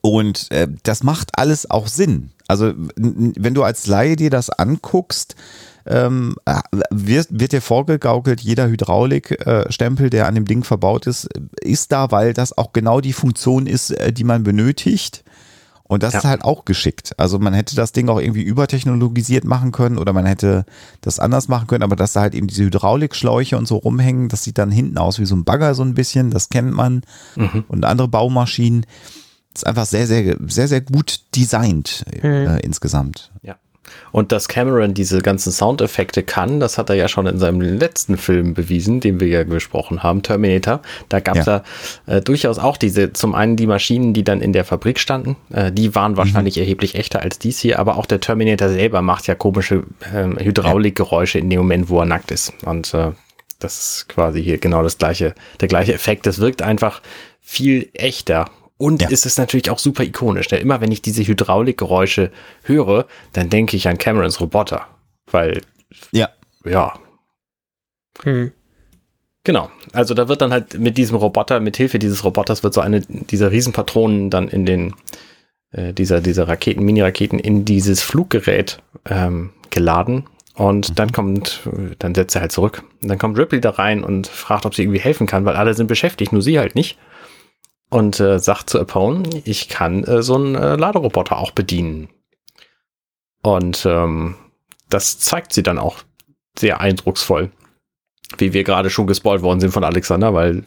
Und äh, das macht alles auch Sinn. Also n- wenn du als Laie dir das anguckst, ähm, wird, wird dir vorgegaukelt, jeder Hydraulikstempel, äh, der an dem Ding verbaut ist, ist da, weil das auch genau die Funktion ist, äh, die man benötigt. Und das Ja. ist halt auch geschickt. Also man hätte das Ding auch irgendwie übertechnologisiert machen können oder man hätte das anders machen können, aber dass da halt eben diese Hydraulikschläuche und so rumhängen, das sieht dann hinten aus wie so ein Bagger so ein bisschen, das kennt man. Mhm. Und andere Baumaschinen. Das ist einfach sehr, sehr, sehr, sehr gut designt mhm. äh, insgesamt. Ja. Und dass Cameron diese ganzen Soundeffekte kann, das hat er ja schon in seinem letzten Film bewiesen, den wir ja besprochen haben, Terminator. Da gab es ja, ja äh, durchaus auch diese, zum einen die Maschinen, die dann in der Fabrik standen, äh, die waren wahrscheinlich mhm. erheblich echter als dies hier, aber auch der Terminator selber macht ja komische äh, Hydraulikgeräusche in dem Moment, wo er nackt ist. Und äh, das ist quasi hier genau das gleiche, der gleiche Effekt. Das wirkt einfach viel echter. Und ja. ist es natürlich auch super ikonisch. Denn immer wenn ich diese Hydraulikgeräusche höre, dann denke ich an Camerons Roboter. Weil, ja, ja. Hm. Genau. Also da wird dann halt mit diesem Roboter, mit Hilfe dieses Roboters wird so eine dieser Riesenpatronen dann in den, äh, dieser, dieser Raketen, Mini-Raketen in dieses Fluggerät ähm, geladen. Und mhm. dann kommt, dann setzt er halt zurück. Und dann kommt Ripley da rein und fragt, ob sie irgendwie helfen kann, weil alle sind beschäftigt, nur sie halt nicht. Und äh, sagt zu Apone, ich kann äh, so einen äh, Laderoboter auch bedienen. Und ähm, das zeigt sie dann auch sehr eindrucksvoll. Wie wir gerade schon gespoilt worden sind von Alexander, weil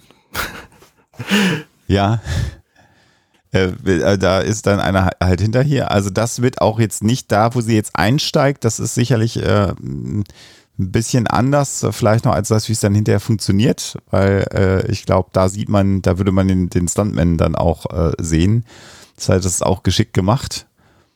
ja, äh, da ist dann einer halt hinter hier. Also das wird auch jetzt nicht da, wo sie jetzt einsteigt. Das ist sicherlich äh, ein bisschen anders, vielleicht noch als das, wie es dann hinterher funktioniert, weil äh, ich glaube, da sieht man, da würde man den, den Stuntman dann auch äh, sehen. Das heißt, das ist auch geschickt gemacht.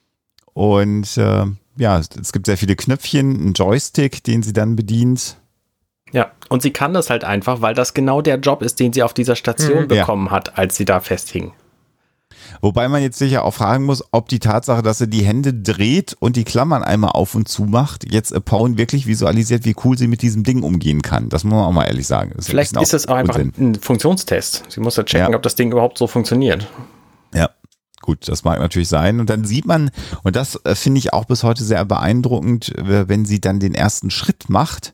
Und äh, ja, es gibt sehr viele Knöpfchen, einen Joystick, den sie dann bedient. Ja, und sie kann das halt einfach, weil das genau der Job ist, den sie auf dieser Station mhm. bekommen ja. hat, als sie da festhing. Wobei man jetzt sicher auch fragen muss, ob die Tatsache, dass sie die Hände dreht und die Klammern einmal auf und zu macht, jetzt Apone wirklich visualisiert, wie cool sie mit diesem Ding umgehen kann. Das muss man auch mal ehrlich sagen. Das Vielleicht ist es auch einfach ein Funktionstest. Sie muss ja checken, ja. ob das Ding überhaupt so funktioniert. Ja, gut, das mag natürlich sein. Und dann sieht man, und das äh, finde ich auch bis heute sehr beeindruckend, wenn sie dann den ersten Schritt macht,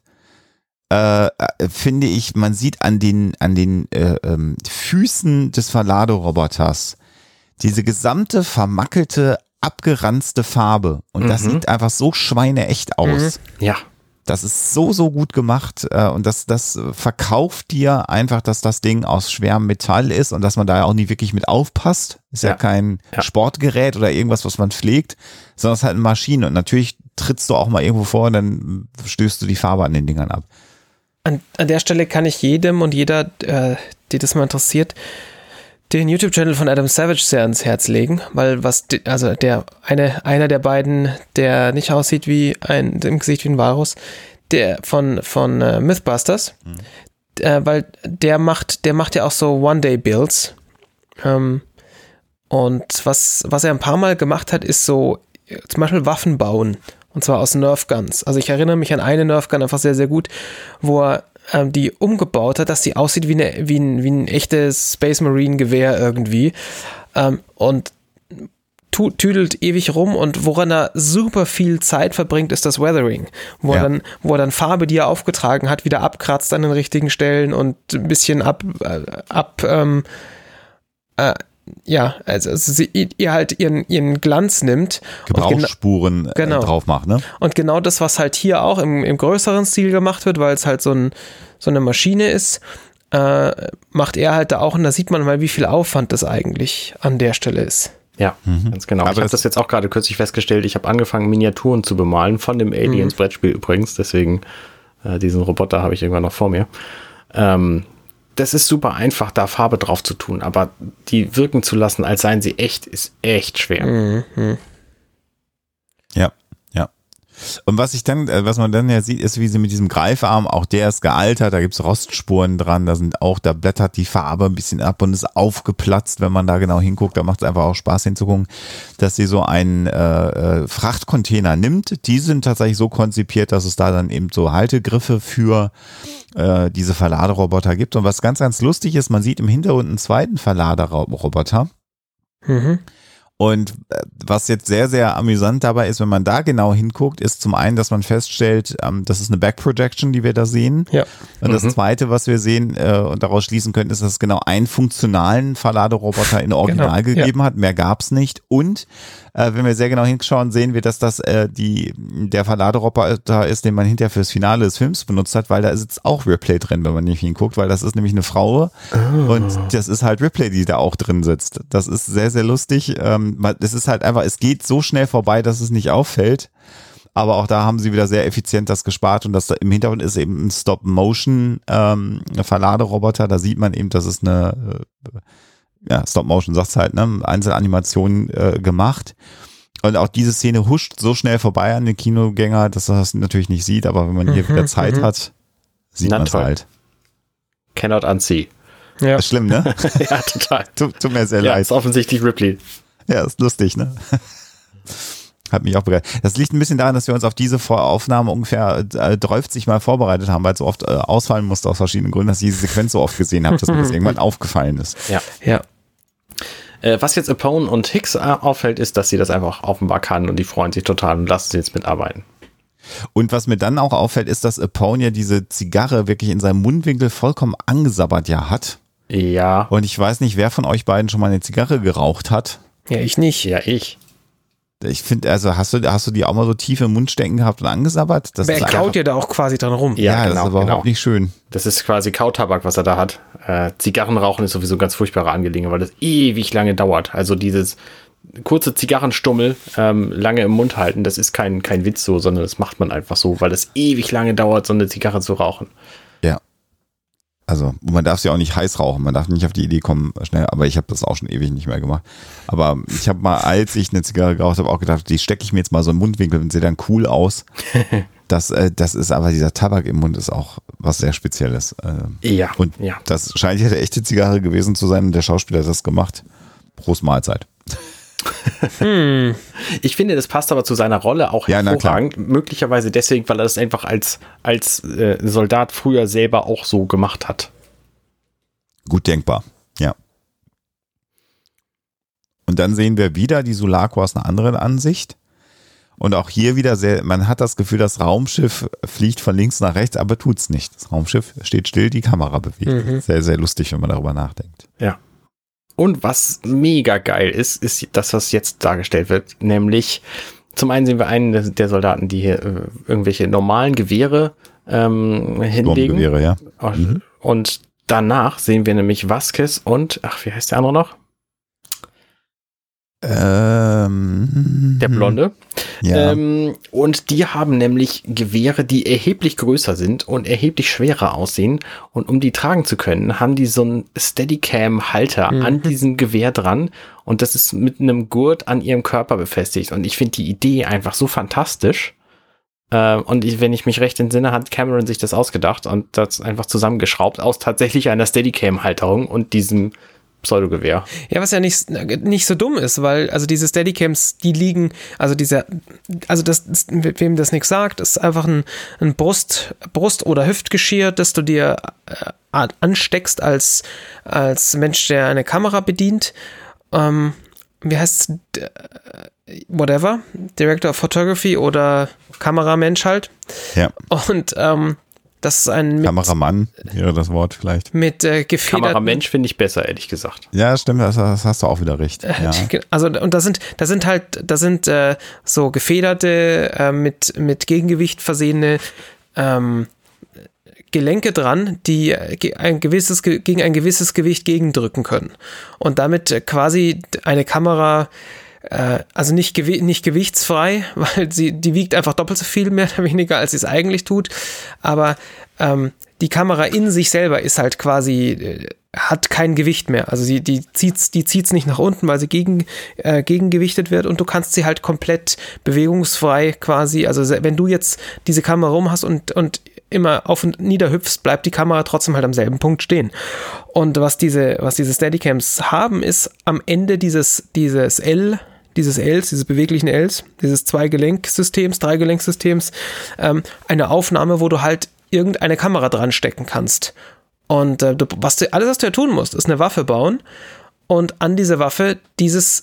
äh, finde ich, man sieht an den, an den äh, ähm, Füßen des Verladeroboters diese gesamte vermackelte, abgeranzte Farbe. Und mhm. das sieht einfach so schweineecht aus. Mhm. Ja. Das ist so, so gut gemacht. Äh, und das, das verkauft dir einfach, dass das Ding aus schwerem Metall ist und dass man da auch nie wirklich mit aufpasst. Ist ja, ja kein ja. Sportgerät oder irgendwas, was man pflegt, sondern es ist halt eine Maschine. Und natürlich trittst du auch mal irgendwo vor und dann stößt du die Farbe an den Dingern ab. An, an der Stelle kann ich jedem und jeder, äh, die das mal interessiert, den YouTube-Channel von Adam Savage sehr ans Herz legen, weil was, die, also der eine, einer der beiden, der nicht aussieht wie ein, im Gesicht wie ein Walrus, der von, von äh, Mythbusters, mhm. äh, weil der macht, der macht ja auch so One-Day-Builds. Ähm, und was, was er ein paar Mal gemacht hat, ist so zum Beispiel Waffen bauen. Und zwar aus Nerf Guns. Also ich erinnere mich an eine Nerf Gun einfach sehr, sehr gut, wo er ähm, die umgebaut hat, dass die aussieht wie, eine, wie, ein, wie ein echtes Space Marine Gewehr irgendwie. Ähm, und tu, tüdelt ewig rum und woran er super viel Zeit verbringt, ist das Weathering. Wo, ja. er dann, wo er dann Farbe, die er aufgetragen hat, wieder abkratzt an den richtigen Stellen und ein bisschen ab, äh, ab ähm, äh, ja, also sie, ihr halt ihren, ihren Glanz nimmt. Gebrauchsspuren gena- genau. äh, drauf macht, ne? Und genau das, was halt hier auch im, im größeren Stil gemacht wird, weil es halt so, ein, so eine Maschine ist, äh, macht er halt da auch, und da sieht man mal, wie viel Aufwand das eigentlich an der Stelle ist. Ja, mhm. ganz genau. Aber ich habe das jetzt auch gerade kürzlich festgestellt, ich habe angefangen, Miniaturen zu bemalen, von dem Aliens-Brettspiel mhm. übrigens, deswegen äh, diesen Roboter habe ich irgendwann noch vor mir. Ähm, Das ist super einfach, da Farbe drauf zu tun, aber die wirken zu lassen, als seien sie echt, ist echt schwer. Mhm. Ja, ja. Und was ich dann, was man dann ja sieht, ist, wie sie mit diesem Greifarm, auch der ist gealtert, da gibt's Rostspuren dran, da sind auch, da blättert die Farbe ein bisschen ab und ist aufgeplatzt, wenn man da genau hinguckt, da macht es einfach auch Spaß hinzugucken, dass sie so einen äh, Frachtcontainer nimmt. Die sind tatsächlich so konzipiert, dass es da dann eben so Haltegriffe für äh, diese Verladeroboter gibt. Und was ganz, ganz lustig ist, man sieht im Hintergrund einen zweiten Verladeroboter. Mhm. Und was jetzt sehr, sehr amüsant dabei ist, wenn man da genau hinguckt, ist zum einen, dass man feststellt, ähm, das ist eine Back-Projection, die wir da sehen. Ja. Und das mhm. Zweite, was wir sehen äh, und daraus schließen können, ist, dass es genau einen funktionalen Verladeroboter in Original genau. gegeben ja. hat. Mehr gab's nicht. Und äh, wenn wir sehr genau hinschauen, sehen wir, dass das äh, die der Verladeroboter ist, den man hinterher fürs Finale des Films benutzt hat, weil da sitzt auch Ripley drin, wenn man nicht hinguckt, weil das ist nämlich eine Frau oh. und das ist halt Ripley, die da auch drin sitzt. Das ist sehr, sehr lustig. Ähm, es ist halt einfach, es geht so schnell vorbei, dass es nicht auffällt. Aber auch da haben sie wieder sehr effizient das gespart und das da im Hintergrund ist eben ein Stop-Motion ähm, Verladeroboter. Da sieht man eben, dass es eine äh, ja, Stop-Motion, sagt's halt, ne, Einzelanimation äh, gemacht. Und auch diese Szene huscht so schnell vorbei an den Kinogänger, dass er das natürlich nicht sieht, aber wenn man hier mhm, wieder Zeit mhm. hat, sieht man es halt. Cannot unsee. Ja. Das ist schlimm, ne? Ja, total. Tut, tut mir sehr ja, leid. Ist offensichtlich Ripley. Ja, ist lustig, ne? Hat mich auch begeistert. Das liegt ein bisschen daran, dass wir uns auf diese Voraufnahme ungefähr äh, dreißig Mal vorbereitet haben, weil es so oft äh, ausfallen musste aus verschiedenen Gründen, dass ich diese Sequenz so oft gesehen habe, dass mir das irgendwann aufgefallen ist. Ja, ja. Äh, was jetzt Apone und Hicks äh, auffällt, ist, dass sie das einfach offenbar kann und die freuen sich total und lassen sie jetzt mitarbeiten. Und was mir dann auch auffällt, ist, dass Apone ja diese Zigarre wirklich in seinem Mundwinkel vollkommen angesabbert ja hat. Ja. Und ich weiß nicht, wer von euch beiden schon mal eine Zigarre geraucht hat. Ja, ich nicht. Ja, ich. Ich finde, also hast du, hast du die auch mal so tief im Mund stecken gehabt und angesabbert? Das Aber er kaut ja da auch quasi dran rum. Ja, ja das genau, ist aber genau. überhaupt nicht schön. Das ist quasi Kautabak, was er da hat. Äh, Zigarrenrauchen ist sowieso ganz furchtbare Angelegenheit, weil das ewig lange dauert. Also dieses kurze Zigarrenstummel ähm, lange im Mund halten, das ist kein, kein Witz so, sondern das macht man einfach so, weil es ewig lange dauert, so eine Zigarre zu rauchen. Ja. Also man darf sie auch nicht heiß rauchen, man darf nicht auf die Idee kommen, schnell, aber ich habe das auch schon ewig nicht mehr gemacht. Aber ich habe mal, als ich eine Zigarre geraucht habe, auch gedacht, die stecke ich mir jetzt mal so im Mundwinkel und sehe dann cool aus. Das, äh, das ist aber, dieser Tabak im Mund ist auch was sehr Spezielles. Äh, ja. Und ja. das scheint ja eine echte Zigarre gewesen zu sein und der Schauspieler hat das gemacht. Prost Mahlzeit. Hm. Ich finde, das passt aber zu seiner Rolle auch ja, hervorragend. Möglicherweise deswegen, weil er das einfach als, als äh, Soldat früher selber auch so gemacht hat. Gut denkbar, ja. Und dann sehen wir wieder die Sulaco aus einer anderen Ansicht. Und auch hier wieder sehr, man hat das Gefühl, das Raumschiff fliegt von links nach rechts, aber tut's nicht. Das Raumschiff steht still, die Kamera bewegt. Mhm. Sehr, sehr lustig, wenn man darüber nachdenkt. Ja. Und was mega geil ist, ist das, was jetzt dargestellt wird, nämlich zum einen sehen wir einen der Soldaten, die hier äh, irgendwelche normalen Gewehre ähm, hinlegen. Gewehre, ja. Mhm. Und danach sehen wir nämlich Vasquez und, ach, wie heißt der andere noch? Ähm, der Blonde. Ja. Ähm, und die haben nämlich Gewehre, die erheblich größer sind und erheblich schwerer aussehen. Und um die tragen zu können, haben die so einen Steadicam-Halter mhm. an diesem Gewehr dran. Und das ist mit einem Gurt an ihrem Körper befestigt. Und ich finde die Idee einfach so fantastisch. Äh, und ich, wenn ich mich recht entsinne, hat Cameron sich das ausgedacht und das einfach zusammengeschraubt aus tatsächlich einer Steadicam-Halterung und diesem Pseudogewehr. Ja, was ja nicht, nicht so dumm ist, weil also diese Steadicams, die liegen, also dieser, also das, wem das nichts sagt, ist einfach ein, ein Brust, Brust- oder Hüftgeschirr, das du dir äh, ansteckst als, als Mensch, der eine Kamera bedient. Ähm, wie heißt es? Whatever, Director of Photography oder Kameramensch halt. Ja. Und ähm, das ist ein mit, Kameramann wäre das Wort vielleicht. Mit äh, gefederten... Kameramensch finde ich besser, ehrlich gesagt. Ja, stimmt, das, das hast du auch wieder recht. Ja. Also und da sind, da sind halt, da sind äh, so gefederte, äh, mit, mit Gegengewicht versehene ähm, Gelenke dran, die ein gewisses, gegen ein gewisses Gewicht gegendrücken können. Und damit quasi eine Kamera... Also nicht, gew- nicht gewichtsfrei, weil sie, die wiegt einfach doppelt so viel, mehr oder weniger, als sie es eigentlich tut. Aber ähm, die Kamera in sich selber ist halt quasi, äh, hat kein Gewicht mehr. Also sie, die zieht's, die zieht's nicht nach unten, weil sie gegen, äh, gegengewichtet wird und du kannst sie halt komplett bewegungsfrei quasi, also wenn du jetzt diese Kamera rum hast und, und immer auf und nieder hüpfst, bleibt die Kamera trotzdem halt am selben Punkt stehen. Und was diese, was diese Steadicams haben, ist am Ende dieses, dieses L, dieses Ls, dieses beweglichen Ls, dieses Zwei-Gelenk-Systems, Drei-Gelenk-Systems, ähm, eine Aufnahme, wo du halt irgendeine Kamera dran stecken kannst. Und äh, du, was du, alles, was du ja tun musst, ist eine Waffe bauen und an diese Waffe dieses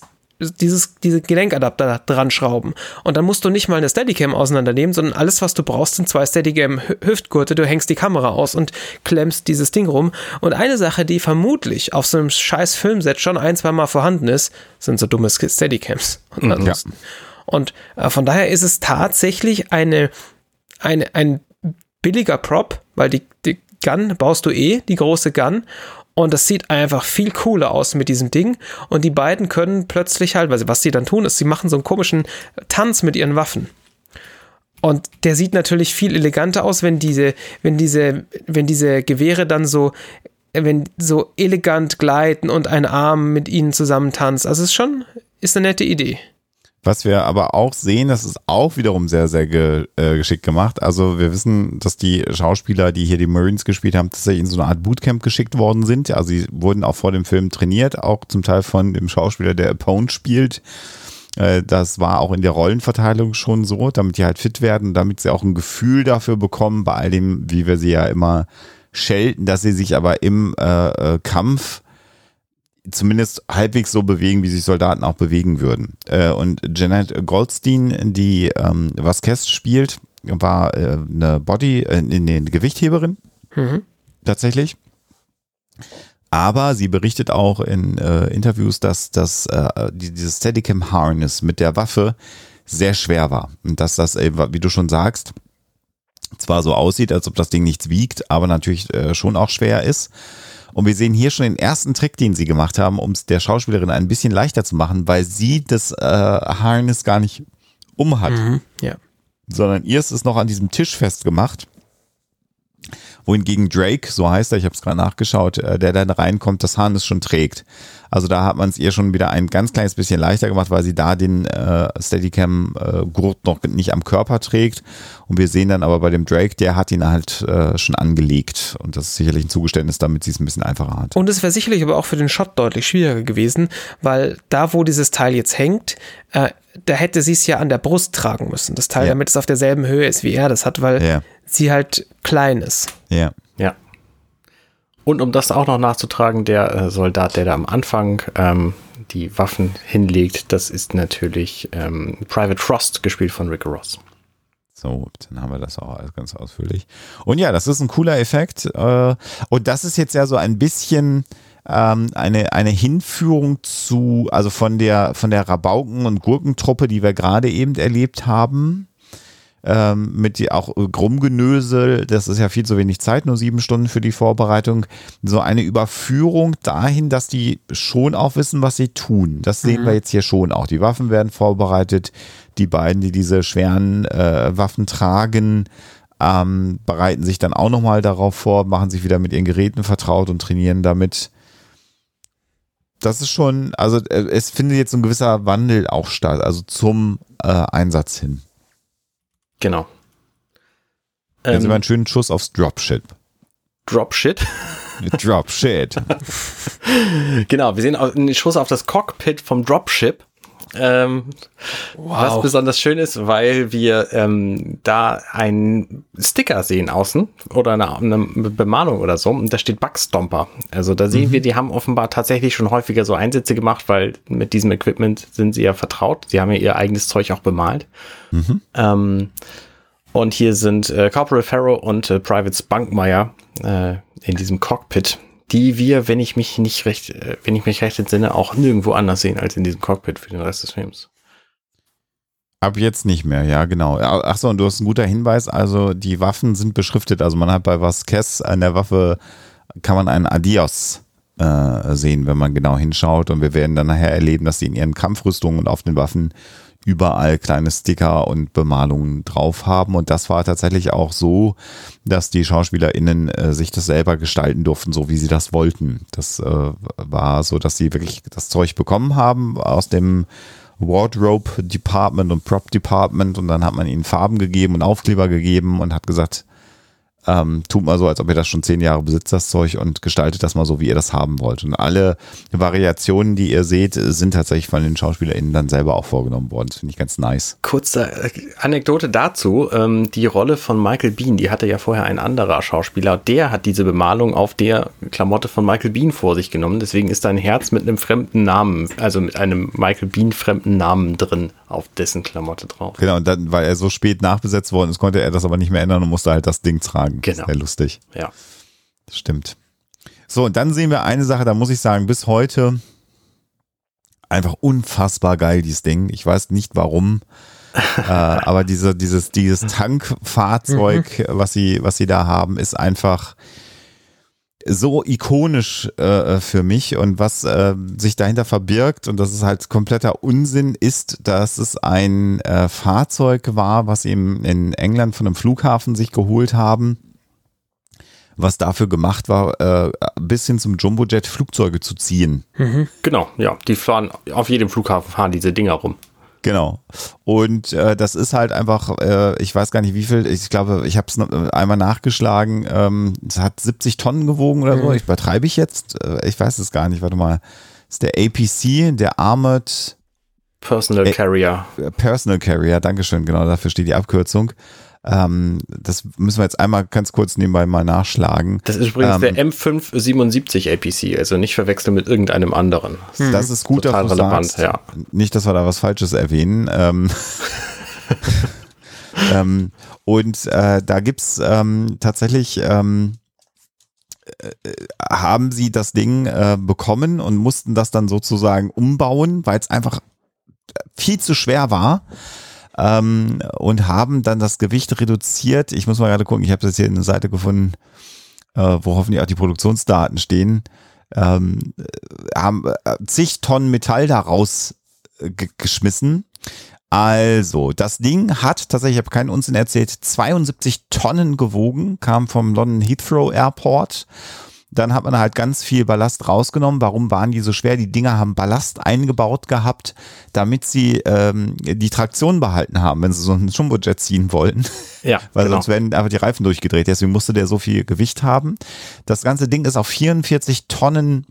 dieses, diese Gelenkadapter dran schrauben. Und dann musst du nicht mal eine Steadicam auseinandernehmen, sondern alles, was du brauchst, sind zwei Steadicam-Hüftgurte. Du hängst die Kamera aus und klemmst dieses Ding rum. Und eine Sache, die vermutlich auf so einem scheiß Filmset schon ein, zwei Mal vorhanden ist, sind so dumme Steadicams. Und, ja. und äh, von daher ist es tatsächlich eine, eine, ein billiger Prop, weil die, die Gun baust du eh, die große Gun. Und das sieht einfach viel cooler aus mit diesem Ding. Und die beiden können plötzlich halt, was sie dann tun, ist, sie machen so einen komischen Tanz mit ihren Waffen. Und der sieht natürlich viel eleganter aus, wenn diese, wenn diese, wenn diese Gewehre dann so, wenn so elegant gleiten und ein Arm mit ihnen zusammen tanzt. Also es ist schon, ist eine nette Idee. Was wir aber auch sehen, das ist auch wiederum sehr, sehr ge, äh, geschickt gemacht. Also wir wissen, dass die Schauspieler, die hier die Marines gespielt haben, tatsächlich in so eine Art Bootcamp geschickt worden sind. Also sie wurden auch vor dem Film trainiert, auch zum Teil von dem Schauspieler, der Apone spielt. Äh, das war auch in der Rollenverteilung schon so, damit die halt fit werden, damit sie auch ein Gefühl dafür bekommen, bei all dem, wie wir sie ja immer schelten, dass sie sich aber im äh, Kampf zumindest halbwegs so bewegen, wie sich Soldaten auch bewegen würden. Äh, und Jeanette Goldstein, die ähm, Vasquez spielt, war äh, eine Body, äh, eine Gewichtheberin, mhm. tatsächlich. Aber sie berichtet auch in äh, Interviews, dass das äh, die, dieses Steadicam Harness mit der Waffe sehr schwer war. Und dass das, äh, wie du schon sagst, zwar so aussieht, als ob das Ding nichts wiegt, aber natürlich äh, schon auch schwer ist. Und wir sehen hier schon den ersten Trick, den sie gemacht haben, um es der Schauspielerin ein bisschen leichter zu machen, weil sie das äh, Harness gar nicht umhat. Mhm, ja. Sondern ihr ist es noch an diesem Tisch festgemacht. Wohingegen Drake, so heißt er, ich habe es gerade nachgeschaut, äh, der dann reinkommt, das Harness schon trägt. Also da hat man es ihr schon wieder ein ganz kleines bisschen leichter gemacht, weil sie da den äh, Steadicam-Gurt äh, noch nicht am Körper trägt. Und wir sehen dann aber bei dem Drake, der hat ihn halt äh, schon angelegt. Und das ist sicherlich ein Zugeständnis, damit sie es ein bisschen einfacher hat. Und es wäre sicherlich aber auch für den Shot deutlich schwieriger gewesen, weil da, wo dieses Teil jetzt hängt, äh, da hätte sie es ja an der Brust tragen müssen. Das Teil, ja. damit es auf derselben Höhe ist, wie er das hat, weil ja. sie halt klein ist. Ja. Ja. Und um das auch noch nachzutragen, der äh, Soldat, der da am Anfang ähm, die Waffen hinlegt, das ist natürlich ähm, Private Frost, gespielt von Rick Ross. So, dann haben wir das auch alles ganz ausführlich. Und ja, das ist ein cooler Effekt. Äh, und das ist jetzt ja so ein bisschen ähm, eine, eine Hinführung zu, also von der, von der Rabauken- und Gurkentruppe, die wir gerade eben erlebt haben. Ähm, mit die auch Rumgenösel, das ist ja viel zu wenig Zeit, nur sieben Stunden für die Vorbereitung, so eine Überführung dahin, dass die schon auch wissen, was sie tun. Das sehen mhm. wir jetzt hier schon auch. Die Waffen werden vorbereitet, die beiden, die diese schweren äh, Waffen tragen, ähm, bereiten sich dann auch nochmal darauf vor, machen sich wieder mit ihren Geräten vertraut und trainieren damit. Das ist schon, also äh, es findet jetzt ein gewisser Wandel auch statt, also zum äh, Einsatz hin. Genau. Jetzt ähm, sind wir einen schönen Schuss aufs Dropship. Dropshit? Dropshit. Genau, wir sehen einen Schuss auf das Cockpit vom Dropship. Ähm, wow. Was besonders schön ist, weil wir ähm, da einen Sticker sehen außen oder eine, eine Bemalung oder so, und da steht Bugstomper. Also da sehen mhm. wir, die haben offenbar tatsächlich schon häufiger so Einsätze gemacht, weil mit diesem Equipment sind sie ja vertraut. Sie haben ja ihr eigenes Zeug auch bemalt. Mhm. Ähm, und hier sind äh, Corporal Farrow und äh, Private Spunkmeyer äh, in diesem Cockpit, die wir, wenn ich mich nicht recht, wenn ich mich recht entsinne, auch nirgendwo anders sehen als in diesem Cockpit für den Rest des Films. Ab jetzt nicht mehr, ja, genau. Achso, und du hast einen guter Hinweis, also die Waffen sind beschriftet, also man hat bei Vasquez an der Waffe, kann man einen Adios äh, sehen, wenn man genau hinschaut, und wir werden dann nachher erleben, dass sie in ihren Kampfrüstungen und auf den Waffen überall kleine Sticker und Bemalungen drauf haben, und das war tatsächlich auch so, dass die SchauspielerInnen äh, sich das selber gestalten durften, so wie sie das wollten. Das äh, war so, dass sie wirklich das Zeug bekommen haben aus dem Wardrobe Department und Prop Department, und dann hat man ihnen Farben gegeben und Aufkleber gegeben und hat gesagt, Ähm, tut mal so, als ob ihr das schon zehn Jahre besitzt, das Zeug, und gestaltet das mal so, wie ihr das haben wollt. Und alle Variationen, die ihr seht, sind tatsächlich von den SchauspielerInnen dann selber auch vorgenommen worden. Das finde ich ganz nice. Kurze Anekdote dazu. Ähm, die Rolle von Michael Biehn, die hatte ja vorher ein anderer Schauspieler. Der hat diese Bemalung auf der Klamotte von Michael Biehn vor sich genommen. Deswegen ist da ein Herz mit einem fremden Namen, also mit einem Michael Biehn fremden Namen drin auf dessen Klamotte drauf. Genau, und dann, weil er so spät nachbesetzt worden ist, konnte er das aber nicht mehr ändern und musste halt das Ding tragen. Genau. Sehr lustig. Ja. Das stimmt. So, und dann sehen wir eine Sache, da muss ich sagen, bis heute einfach unfassbar geil, dieses Ding. Ich weiß nicht warum, äh, aber diese, dieses, dieses Tankfahrzeug, mhm. was sie, was sie da haben, ist einfach so ikonisch äh, für mich, und was äh, sich dahinter verbirgt, und das ist halt kompletter Unsinn, ist, dass es ein äh, Fahrzeug war, was sie im, in England von einem Flughafen sich geholt haben, was dafür gemacht war, äh, bis hin zum Jumbojet Flugzeuge zu ziehen. Mhm. Genau, ja, die fahren, auf jedem Flughafen fahren diese Dinger rum. Genau. Und äh, das ist halt einfach, äh, ich weiß gar nicht wie viel, ich glaube, ich habe es einmal nachgeschlagen, ähm, es hat siebzig Tonnen gewogen oder so, mhm. ich übertreibe ich jetzt, äh, ich weiß es gar nicht, warte mal, das ist der A P C, der Armored Personal Carrier. Äh, Personal Carrier, Dankeschön, genau, dafür steht die Abkürzung. Ähm, das müssen wir jetzt einmal ganz kurz nebenbei mal nachschlagen. Das ist übrigens ähm, der M fünf siebenundsiebzig A P C, also nicht verwechseln mit irgendeinem anderen. Das, das ist gut, total dass du relevant, sagst. Ja. Nicht, dass wir da was Falsches erwähnen. Ähm, ähm, und äh, da gibt's ähm, tatsächlich, ähm, äh, haben sie das Ding äh, bekommen und mussten das dann sozusagen umbauen, weil es einfach viel zu schwer war. Ähm, und haben dann das Gewicht reduziert. Ich muss mal gerade gucken, ich habe das hier in der Seite gefunden, äh, wo hoffentlich auch die Produktionsdaten stehen. Ähm, haben äh, zig Tonnen Metall daraus äh, ge- geschmissen. Also, das Ding hat tatsächlich, ich habe keinen Unsinn erzählt, zweiundsiebzig Tonnen gewogen, kam vom London Heathrow Airport. Dann hat man halt ganz viel Ballast rausgenommen. Warum waren die so schwer? Die Dinger haben Ballast eingebaut gehabt, damit sie ähm, die Traktion behalten haben, wenn sie so einen Jumbojet ziehen wollen. Ja, weil genau. sonst werden einfach die Reifen durchgedreht. Deswegen musste der so viel Gewicht haben. Das ganze Ding ist auf vierundvierzig Tonnen,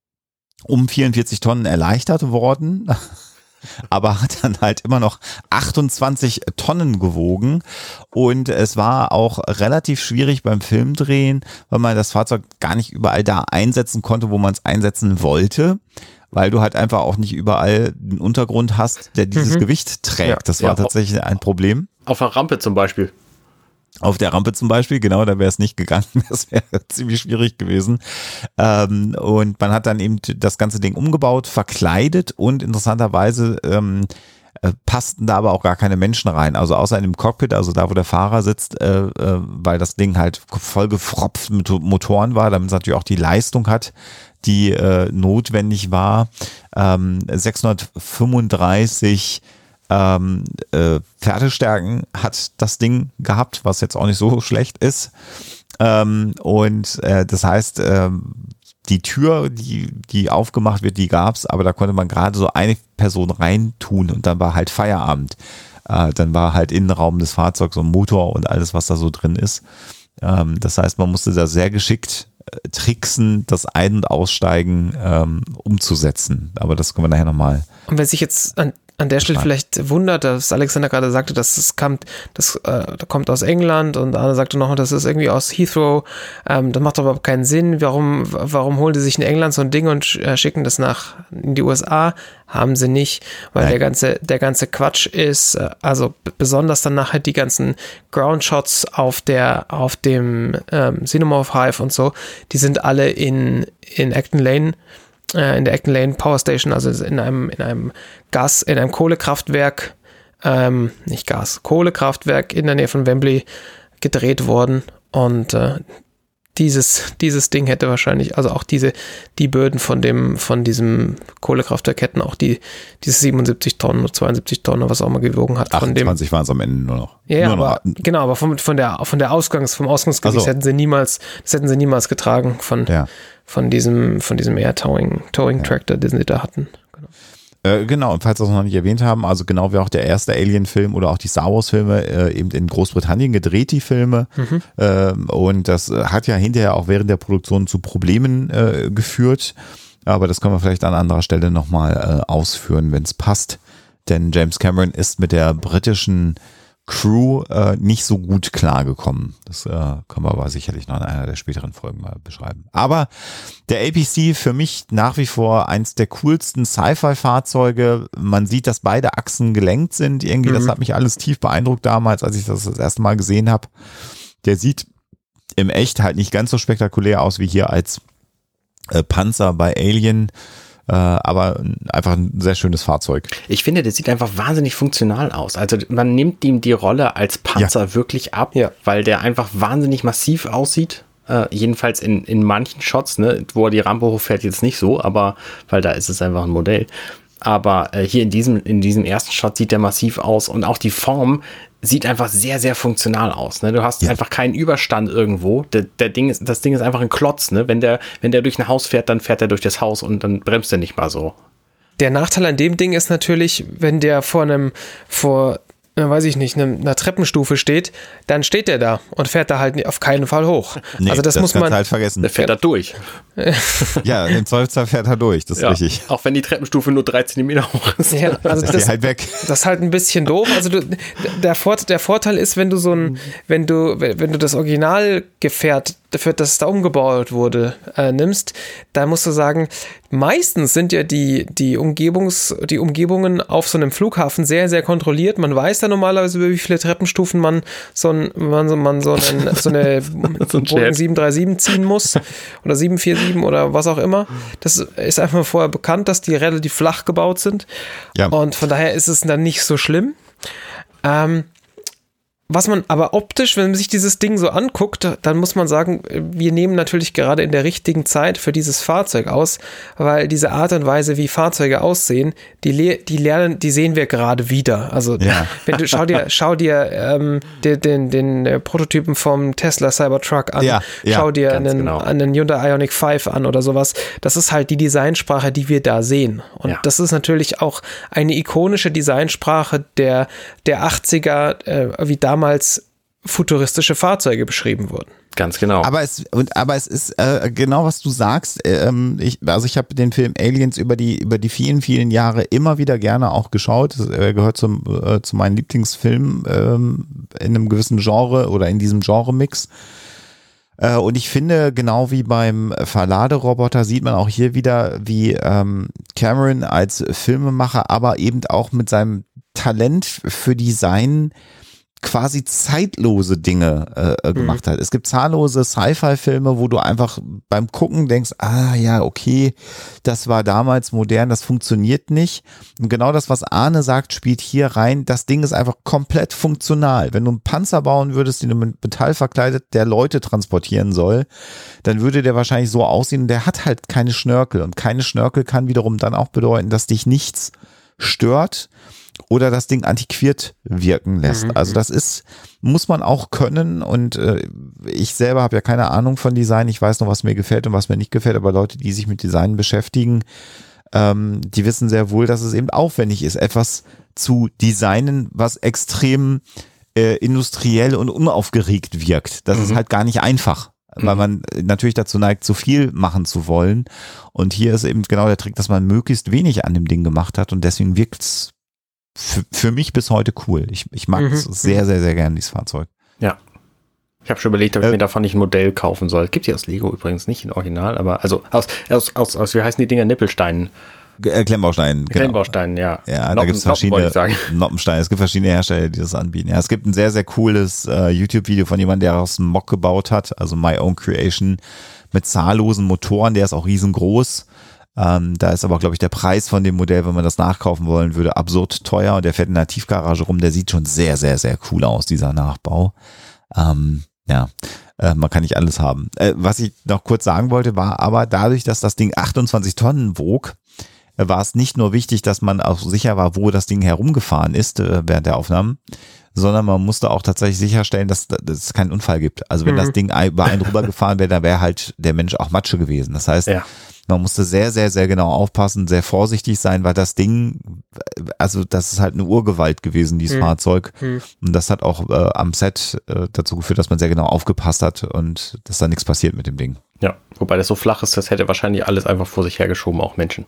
um vierundvierzig Tonnen erleichtert worden. Aber hat dann halt immer noch achtundzwanzig Tonnen gewogen, und es war auch relativ schwierig beim Filmdrehen, weil man das Fahrzeug gar nicht überall da einsetzen konnte, wo man es einsetzen wollte, weil du halt einfach auch nicht überall einen Untergrund hast, der dieses mhm. Gewicht trägt. Ja, das war ja, tatsächlich ein Problem. Auf der Rampe zum Beispiel. Auf der Rampe zum Beispiel, genau, da wäre es nicht gegangen, das wäre ziemlich schwierig gewesen. Ähm, und man hat dann eben das ganze Ding umgebaut, verkleidet, und interessanterweise ähm, äh, passten da aber auch gar keine Menschen rein. Also außer in dem Cockpit, also da, wo der Fahrer sitzt, äh, äh, weil das Ding halt voll gefropft mit Motoren war, damit es natürlich auch die Leistung hat, die äh, notwendig war. Ähm, sechshundertfünfunddreißig Ähm, äh, Pferdestärken hat das Ding gehabt, was jetzt auch nicht so schlecht ist. Ähm, und äh, das heißt, ähm, die Tür, die, die aufgemacht wird, die gab's, aber da konnte man gerade so eine Person reintun, und dann war halt Feierabend. Äh, dann war halt Innenraum des Fahrzeugs und Motor und alles, was da so drin ist. Ähm, das heißt, man musste da sehr geschickt äh, tricksen, das Ein- und Aussteigen ähm, umzusetzen. Aber das können wir nachher nochmal. Und wer sich jetzt an An der Stelle vielleicht wundert, dass Alexander gerade sagte, dass es kommt, das äh, kommt aus England, und Arne sagte noch, das ist irgendwie aus Heathrow. Ähm, das macht doch überhaupt keinen Sinn. Warum, warum holen die sich in England so ein Ding und äh, schicken das nach in die U S A? Haben sie nicht, weil Nein. der ganze, der ganze Quatsch ist, äh, also b- besonders dann nachher die ganzen Groundshots auf der, auf dem ähm, Xenomorph Hive und so, die sind alle in, in Acton Lane, in der Acton Lane Power Station, also in einem, in einem Gas, in einem Kohlekraftwerk, ähm, nicht Gas, Kohlekraftwerk in der Nähe von Wembley gedreht worden, und äh, dieses, dieses Ding hätte wahrscheinlich, also auch diese, die Böden von dem, von diesem Kohlekraftwerk hätten auch die, diese siebenundsiebzig Tonnen oder zweiundsiebzig Tonnen, was auch mal gewogen hat, von dem. achtundzwanzig waren es am Ende nur noch. Ja, nur aber, noch. genau, aber von, von der, von der Ausgangs, vom Ausgangsgewicht Ach so. hätten sie niemals, das hätten sie niemals getragen von, Ja. von diesem, von diesem Air Towing, Towing Tractor, den sie da hatten. Genau. Äh, genau, und falls wir es noch nicht erwähnt haben, also genau wie auch der erste Alien-Film oder auch die Star Wars-Filme, äh, eben in Großbritannien gedreht, die Filme. Mhm. Ähm, und das hat ja hinterher auch während der Produktion zu Problemen äh, geführt. Aber das können wir vielleicht an anderer Stelle nochmal äh, ausführen, wenn es passt. Denn James Cameron ist mit der britischen Crew äh, nicht so gut klargekommen. Das äh, können wir aber sicherlich noch in einer der späteren Folgen mal beschreiben. Aber der A P C für mich nach wie vor eins der coolsten Sci-Fi-Fahrzeuge. Man sieht, dass beide Achsen gelenkt sind. Irgendwie, mhm. das hat mich alles tief beeindruckt damals, als ich das das erste Mal gesehen habe. Der sieht im Echt halt nicht ganz so spektakulär aus wie hier als äh, Panzer bei Alien. Aber einfach ein sehr schönes Fahrzeug. Ich finde, das sieht einfach wahnsinnig funktional aus. Also man nimmt ihm die Rolle als Panzer ja. wirklich ab, ja. weil der einfach wahnsinnig massiv aussieht. Äh, jedenfalls in, in manchen Shots, ne, wo er die Rampe hochfährt, jetzt nicht so, aber weil da ist es einfach ein Modell. Aber äh, hier in diesem, in diesem ersten Shot sieht der massiv aus und auch die Form sieht einfach sehr, sehr funktional aus. Ne? Du hast ja. einfach keinen Überstand irgendwo. Der, der Ding ist, das Ding ist einfach ein Klotz. Ne? Wenn der, wenn der durch ein Haus fährt, dann fährt er durch das Haus und dann bremst er nicht mal so. Der Nachteil an dem Ding ist natürlich, wenn der vor einem, vor, weiß ich nicht, einer Treppenstufe steht, dann steht der da und fährt da halt auf keinen Fall hoch. Nee, also das, das muss man halt vergessen. Der fährt da durch. Ja, im Zweifelsfall fährt er durch, das ist ja, richtig. Auch wenn die Treppenstufe nur drei Zentimeter hoch ist. Ja, also das, das, halt weg. das ist halt ein bisschen doof. Also du, der, Vorteil, der Vorteil ist, wenn du so ein, wenn du, wenn du das Originalgefährt, dafür, dass es da umgebaut wurde, äh, nimmst, da musst du sagen, meistens sind ja die, die Umgebungs, die Umgebungen auf so einem Flughafen sehr, sehr kontrolliert. Man weiß ja normalerweise, über wie viele Treppenstufen man so, ein, man, man so, einen, so eine so Boeing sieben drei sieben ziehen muss oder sieben vier sieben oder was auch immer. Das ist einfach vorher bekannt, dass die relativ flach gebaut sind. Ja. Und von daher ist es dann nicht so schlimm. Ähm, Was man aber optisch, wenn man sich dieses Ding so anguckt, dann muss man sagen, wir nehmen natürlich gerade in der richtigen Zeit für dieses Fahrzeug aus, weil diese Art und Weise, wie Fahrzeuge aussehen, die, le- die lernen, die sehen wir gerade wieder. Also ja. wenn du schau dir, schau dir ähm, den, den, den äh, Prototypen vom Tesla Cybertruck an, ja, ja, schau dir einen, genau. einen Hyundai Ioniq fünf an oder sowas. Das ist halt die Designsprache, die wir da sehen. Und ja. das ist natürlich auch eine ikonische Designsprache der, der achtziger, äh, wie damals damals futuristische Fahrzeuge beschrieben wurden. Ganz genau. Aber es, und, aber es ist äh, genau, was du sagst. Ähm, ich, also ich habe den Film Aliens über die, über die vielen, vielen Jahre immer wieder gerne auch geschaut. Er gehört zum, äh, zu meinen Lieblingsfilmen ähm, in einem gewissen Genre oder in diesem Genre-Mix. Äh, und ich finde, genau wie beim Verladeroboter sieht man auch hier wieder, wie ähm, Cameron als Filmemacher, aber eben auch mit seinem Talent für Design quasi zeitlose Dinge äh, gemacht mhm. hat. Es gibt zahllose Sci-Fi-Filme, wo du einfach beim Gucken denkst, ah ja, okay, das war damals modern, das funktioniert nicht. Und genau das, was Arne sagt, spielt hier rein. Das Ding ist einfach komplett funktional. Wenn du einen Panzer bauen würdest, den du mit Metall verkleidet, der Leute transportieren soll, dann würde der wahrscheinlich so aussehen. Der hat halt keine Schnörkel und keine Schnörkel kann wiederum dann auch bedeuten, dass dich nichts stört oder das Ding antiquiert wirken lässt. Mhm. Also das ist, muss man auch können und äh, ich selber habe ja keine Ahnung von Design. Ich weiß noch, was mir gefällt und was mir nicht gefällt, aber Leute, die sich mit Design beschäftigen, ähm, die wissen sehr wohl, dass es eben aufwendig ist, etwas zu designen, was extrem äh, industriell und unaufgeregt wirkt. Das mhm. ist halt gar nicht einfach, weil man natürlich dazu neigt, zu viel machen zu wollen. Und hier ist eben genau der Trick, dass man möglichst wenig an dem Ding gemacht hat und deswegen wirkt es für, für mich bis heute cool. Ich, ich mag es mhm. sehr, sehr, sehr gerne, dieses Fahrzeug. Ja. Ich habe schon überlegt, ob ich äh, mir davon nicht ein Modell kaufen soll. Gibt die aus Lego übrigens nicht in Original, aber also aus, aus, aus, aus wie heißen die Dinger? Nippelsteinen. Äh, Klemmbausteinen. Genau. Klemmbausteinen, ja. Ja, Noppen, da gibt es verschiedene Noppensteine. Es gibt verschiedene Hersteller, die das anbieten. Ja, es gibt ein sehr, sehr cooles äh, YouTube-Video von jemandem, der aus einem Mock gebaut hat, also My Own Creation, mit zahllosen Motoren. Der ist auch riesengroß. Ähm, da ist aber, glaube ich, der Preis von dem Modell, wenn man das nachkaufen wollen würde, absurd teuer. Und der fährt in einer Tiefgarage rum. Der sieht schon sehr, sehr, sehr cool aus, dieser Nachbau. Ähm, ja, äh, man kann nicht alles haben. Äh, was ich noch kurz sagen wollte, war aber dadurch, dass das Ding achtundzwanzig Tonnen wog, war es nicht nur wichtig, dass man auch sicher war, wo das Ding herumgefahren ist äh, während der Aufnahmen, sondern man musste auch tatsächlich sicherstellen, dass, dass es keinen Unfall gibt. Also wenn mhm. das Ding über einen rübergefahren wäre, dann wäre halt der Mensch auch Matsche gewesen. Das heißt, ja. Man musste sehr, sehr, sehr genau aufpassen, sehr vorsichtig sein, weil das Ding, also das ist halt eine Urgewalt gewesen, dieses Hm. Fahrzeug. Hm. Und das hat auch äh, am Set äh, dazu geführt, dass man sehr genau aufgepasst hat und dass da nichts passiert mit dem Ding. Ja, wobei das so flach ist, das hätte wahrscheinlich alles einfach vor sich hergeschoben, auch Menschen.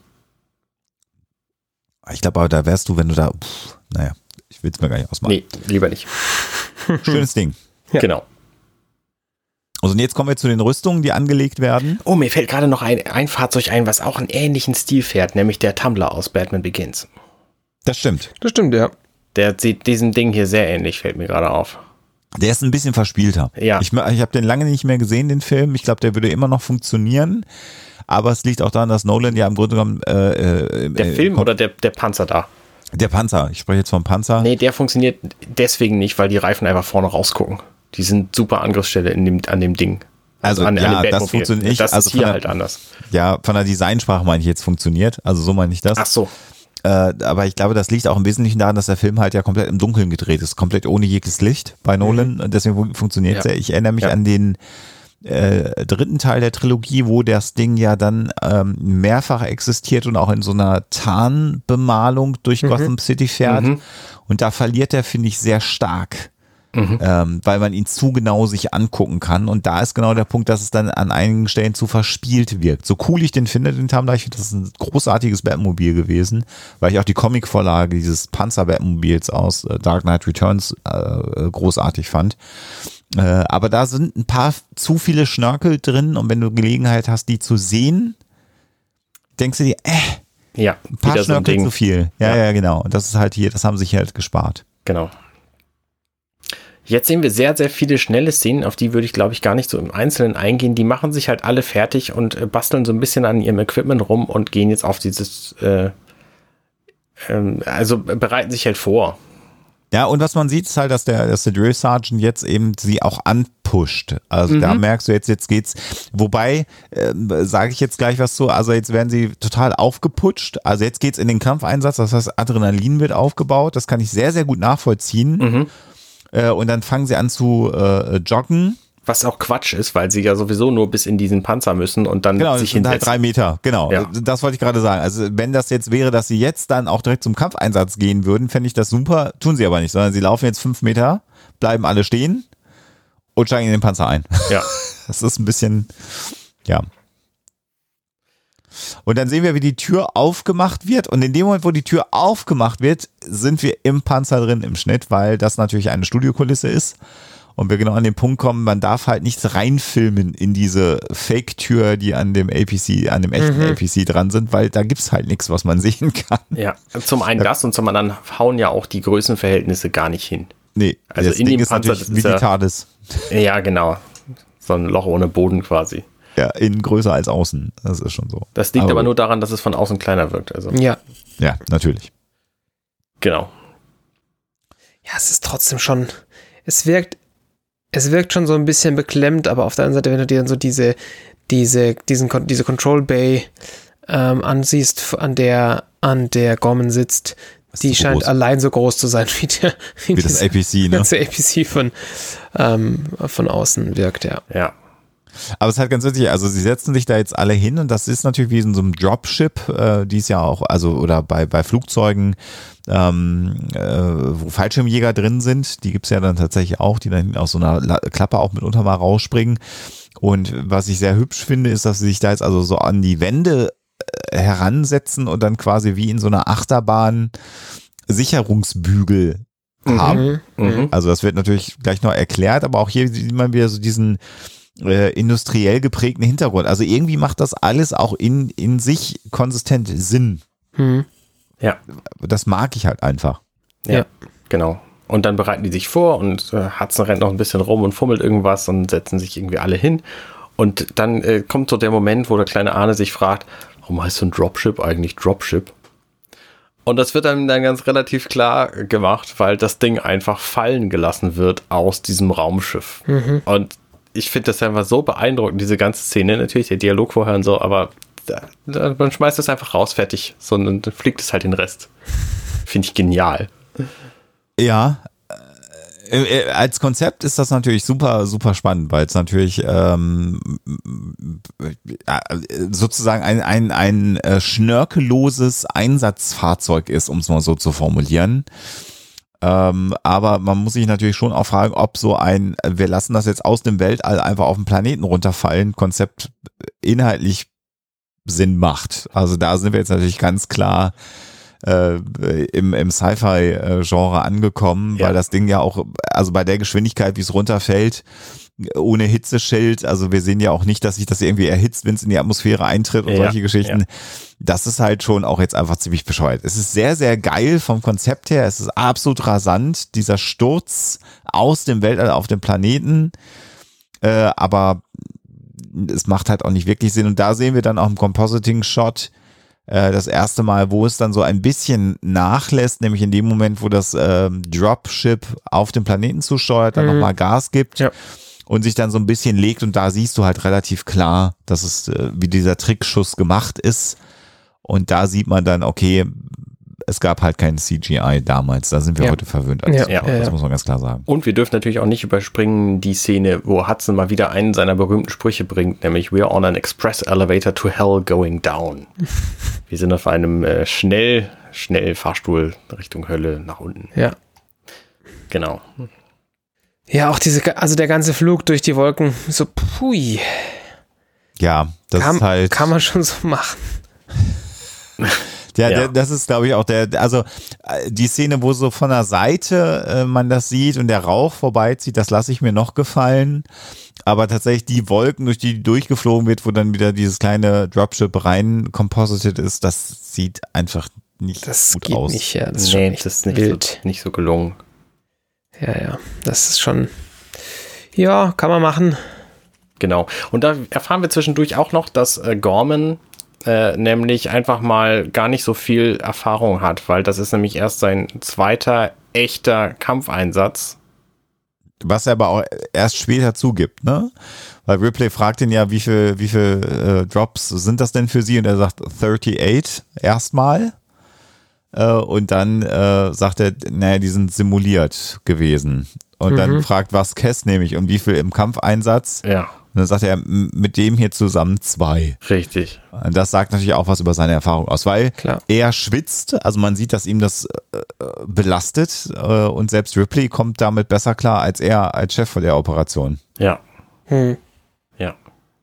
Ich glaube aber, da wärst du, wenn du da, pff, naja, ich will es mir gar nicht ausmalen. Nee, lieber nicht. Schönes Ding. Ja. Genau. Also und jetzt kommen wir zu den Rüstungen, die angelegt werden. Oh, mir fällt gerade noch ein, ein Fahrzeug ein, was auch einen ähnlichen Stil fährt, nämlich der Tumbler aus Batman Begins. Das stimmt. Das stimmt, ja. Der sieht diesem Ding hier sehr ähnlich, fällt mir gerade auf. Der ist ein bisschen verspielter. Ja. Ich, ich habe den lange nicht mehr gesehen, den Film. Ich glaube, der würde immer noch funktionieren. Aber es liegt auch daran, dass Nolan ja im Grunde genommen äh, Der äh, Film oder der, der Panzer da? Der Panzer. Ich spreche jetzt vom Panzer. Nee, der funktioniert deswegen nicht, weil die Reifen einfach vorne rausgucken. Die sind super Angriffsstelle in dem, an dem Ding. Also, an, ja, an dem das funktioniert nicht. Das also ist hier der, halt anders. Ja, von der Designsprache meine ich jetzt funktioniert. Also so meine ich das. Ach so. Äh, aber ich glaube, das liegt auch im Wesentlichen daran, dass der Film halt ja komplett im Dunkeln gedreht ist. Komplett ohne jegliches Licht bei Nolan. Mhm. Deswegen funktioniert es ja. Ich erinnere mich ja. an den äh, dritten Teil der Trilogie, wo das Ding ja dann ähm, mehrfach existiert und auch in so einer Tarnbemalung durch mhm. Gotham City fährt. Mhm. Und da verliert er, finde ich, sehr stark. Mhm. Ähm, weil man ihn zu genau sich angucken kann. Und da ist genau der Punkt, dass es dann an einigen Stellen zu verspielt wirkt. So cool ich den finde, den Tumbler, ich finde, das ist ein großartiges Batmobil gewesen, weil ich auch die Comicvorlage dieses Panzer-Batmobils aus äh, Dark Knight Returns äh, großartig fand. Äh, aber da sind ein paar zu viele Schnörkel drin und wenn du Gelegenheit hast, die zu sehen, denkst du dir, äh, ja, ein paar wieder Schnörkel so ein zu viel. Ja, ja, ja, genau. Und das ist halt hier, das haben sie sich halt gespart. Genau. Jetzt sehen wir sehr, sehr viele schnelle Szenen, auf die würde ich, glaube ich, gar nicht so im Einzelnen eingehen. Die machen sich halt alle fertig und äh, basteln so ein bisschen an ihrem Equipment rum und gehen jetzt auf dieses, äh, ähm, also bereiten sich halt vor. Ja, und was man sieht, ist halt, dass der, dass der Drill Sergeant jetzt eben sie auch anpusht. Also mhm. da merkst du jetzt, jetzt geht's, wobei, äh, sage ich jetzt gleich was zu, also jetzt werden sie total aufgeputscht. Also jetzt geht's in den Kampfeinsatz, das heißt Adrenalin wird aufgebaut, das kann ich sehr, sehr gut nachvollziehen. Mhm. Und dann fangen sie an zu äh, joggen. Was auch Quatsch ist, weil sie ja sowieso nur bis in diesen Panzer müssen und dann genau, sich hinsetzen. Genau, halt drei Meter, genau. Ja. Das wollte ich gerade sagen. Also wenn das jetzt wäre, dass sie jetzt dann auch direkt zum Kampfeinsatz gehen würden, fände ich das super. Tun sie aber nicht, sondern sie laufen jetzt fünf Meter, bleiben alle stehen und steigen in den Panzer ein. Ja. Das ist ein bisschen, ja. Und dann sehen wir, wie die Tür aufgemacht wird. Und in dem Moment, wo die Tür aufgemacht wird, sind wir im Panzer drin im Schnitt, weil das natürlich eine Studiokulisse ist. Und wir genau an den Punkt kommen, man darf halt nichts reinfilmen in diese Fake-Tür, die an dem A P C, an dem echten mhm. A P C dran sind, weil da gibt's halt nichts, was man sehen kann. Ja, zum einen das und zum anderen hauen ja auch die Größenverhältnisse gar nicht hin. Nee, also das in Ding dem ist Panzer natürlich wie die TARDIS. Ja, genau. So ein Loch ohne Boden quasi. Ja, innen größer als außen. Das ist schon so. Das liegt aber, aber nur daran, dass es von außen kleiner wirkt. Also. Ja. Ja, natürlich. Genau. Ja, es ist trotzdem schon, es wirkt, es wirkt schon so ein bisschen beklemmt, aber auf der anderen Seite, wenn du dir dann so diese, diese, diesen, diese Control Bay ähm, ansiehst, an der, an der Gorman sitzt, die so scheint groß. Allein so groß zu sein, wie, der, wie, wie das A P C, ne? Das A P C von, ähm, von außen wirkt, ja. Ja. Aber es ist halt ganz witzig, also sie setzen sich da jetzt alle hin und das ist natürlich wie in so einem Dropship, äh, die es ja auch, also oder bei, bei Flugzeugen, ähm, äh, wo Fallschirmjäger drin sind, die gibt's ja dann tatsächlich auch, die dann aus so einer La- Klappe auch mitunter mal rausspringen. Und was ich sehr hübsch finde, ist, dass sie sich da jetzt also so an die Wände äh, heransetzen und dann quasi wie in so einer Achterbahn Sicherungsbügel mhm. haben. Mhm. Also das wird natürlich gleich noch erklärt, aber auch hier sieht man wieder so diesen Äh, industriell geprägten Hintergrund. Also irgendwie macht das alles auch in, in sich konsistent Sinn. Hm. Ja. Das mag ich halt einfach. Ja, ja, genau. Und dann bereiten die sich vor und äh, Hudson rennt noch ein bisschen rum und fummelt irgendwas und setzen sich irgendwie alle hin. Und dann äh, kommt so der Moment, wo der kleine Arne sich fragt, warum heißt so ein Dropship eigentlich Dropship? Und das wird dann, dann ganz relativ klar gemacht, weil das Ding einfach fallen gelassen wird aus diesem Raumschiff. Mhm. Und ich finde das einfach so beeindruckend, diese ganze Szene. Natürlich der Dialog vorher und so, aber da, da, man schmeißt das einfach raus, fertig. So, und dann fliegt es halt den Rest. Finde ich genial. Ja, Äh, als Konzept ist das natürlich super, super spannend, weil es natürlich ähm, sozusagen ein, ein, ein schnörkelloses Einsatzfahrzeug ist, um es mal so zu formulieren. Ähm, aber man muss sich natürlich schon auch fragen, ob so ein, wir lassen das jetzt aus dem Weltall einfach auf den Planeten runterfallen, Konzept inhaltlich Sinn macht. Also da sind wir jetzt natürlich ganz klar äh, im, im Sci-Fi-Genre angekommen, ja. Weil das Ding ja auch, also bei der Geschwindigkeit, wie es runterfällt, ohne Hitzeschild, also wir sehen ja auch nicht, dass sich das irgendwie erhitzt, wenn es in die Atmosphäre eintritt und ja, solche Geschichten. Ja. Das ist halt schon auch jetzt einfach ziemlich bescheuert. Es ist sehr, sehr geil vom Konzept her, es ist absolut rasant, dieser Sturz aus dem Weltall auf den Planeten, äh, aber es macht halt auch nicht wirklich Sinn und da sehen wir dann auch im Compositing-Shot äh, das erste Mal, wo es dann so ein bisschen nachlässt, nämlich in dem Moment, wo das äh, Dropship auf den Planeten zusteuert, dann mhm. nochmal Gas gibt. Ja. Und sich dann so ein bisschen legt und da siehst du halt relativ klar, dass es, äh, wie dieser Trickschuss gemacht ist. Und da sieht man dann, okay, es gab halt kein C G I damals. Da sind wir ja. heute verwöhnt. Also, ja. Das ja. muss man ganz klar sagen. Und wir dürfen natürlich auch nicht überspringen die Szene, wo Hudson mal wieder einen seiner berühmten Sprüche bringt, nämlich "We're on an express elevator to hell going down." Wir sind auf einem äh, schnell, schnell Fahrstuhl Richtung Hölle nach unten. Ja. Genau. Ja, auch diese, also der ganze Flug durch die Wolken, so pui. Ja, das kann, ist halt. Kann man schon so machen. Ja, ja. Der, das ist, glaube ich, auch der, also die Szene, wo so von der Seite äh, man das sieht und der Rauch vorbeizieht, das lasse ich mir noch gefallen. Aber tatsächlich die Wolken, durch die durchgeflogen wird, wo dann wieder dieses kleine Dropship rein composited ist, das sieht einfach nicht das gut geht aus. Nicht, ja, das ist nee, schon das ist nicht wild. So, nicht so gelungen. Ja, ja, das ist schon, ja, kann man machen. Genau. Und da erfahren wir zwischendurch auch noch, dass äh, Gorman äh, nämlich einfach mal gar nicht so viel Erfahrung hat, weil das ist nämlich erst sein zweiter echter Kampfeinsatz. Was er aber auch erst später zugibt, ne? Weil Ripley fragt ihn ja, wie viel, wie viel äh, Drops sind das denn für sie? Und er sagt achtundachtzig erstmal. Und dann äh, sagt er, naja, die sind simuliert gewesen. Und mhm. dann fragt, was Cass nämlich und wie viel im Kampfeinsatz. Ja. Und dann sagt er, mit dem hier zusammen zwei. Richtig. Und das sagt natürlich auch was über seine Erfahrung aus, weil Klar. er schwitzt, also man sieht, dass ihm das äh, belastet äh, und selbst Ripley kommt damit besser klar als er als Chef von der Operation. Ja. Hm. Ja.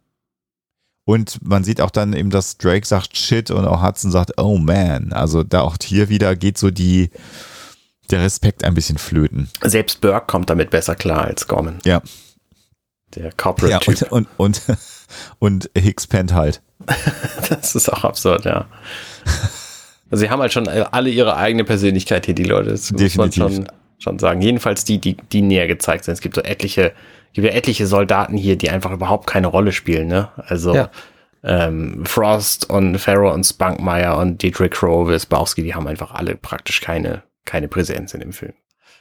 Und man sieht auch dann eben, dass Drake sagt Shit und auch Hudson sagt Oh man. Also da auch hier wieder geht so die der Respekt ein bisschen flöten. Selbst Burke kommt damit besser klar als Gorman. Ja. Der Corporate-Typ. Ja, und, und, und, und Hicks pennt halt. Das ist auch absurd, ja. Also sie haben halt schon alle ihre eigene Persönlichkeit hier, die Leute. Das Definitiv. muss man schon, schon sagen. Jedenfalls die, die, die näher gezeigt sind. Es gibt so etliche gibt ja etliche Soldaten hier, die einfach überhaupt keine Rolle spielen, ne? Also ja. ähm, Frost und Farrow und Spunkmeyer und Dietrich Crow, Wisbowski, die haben einfach alle praktisch keine, keine Präsenz in dem Film.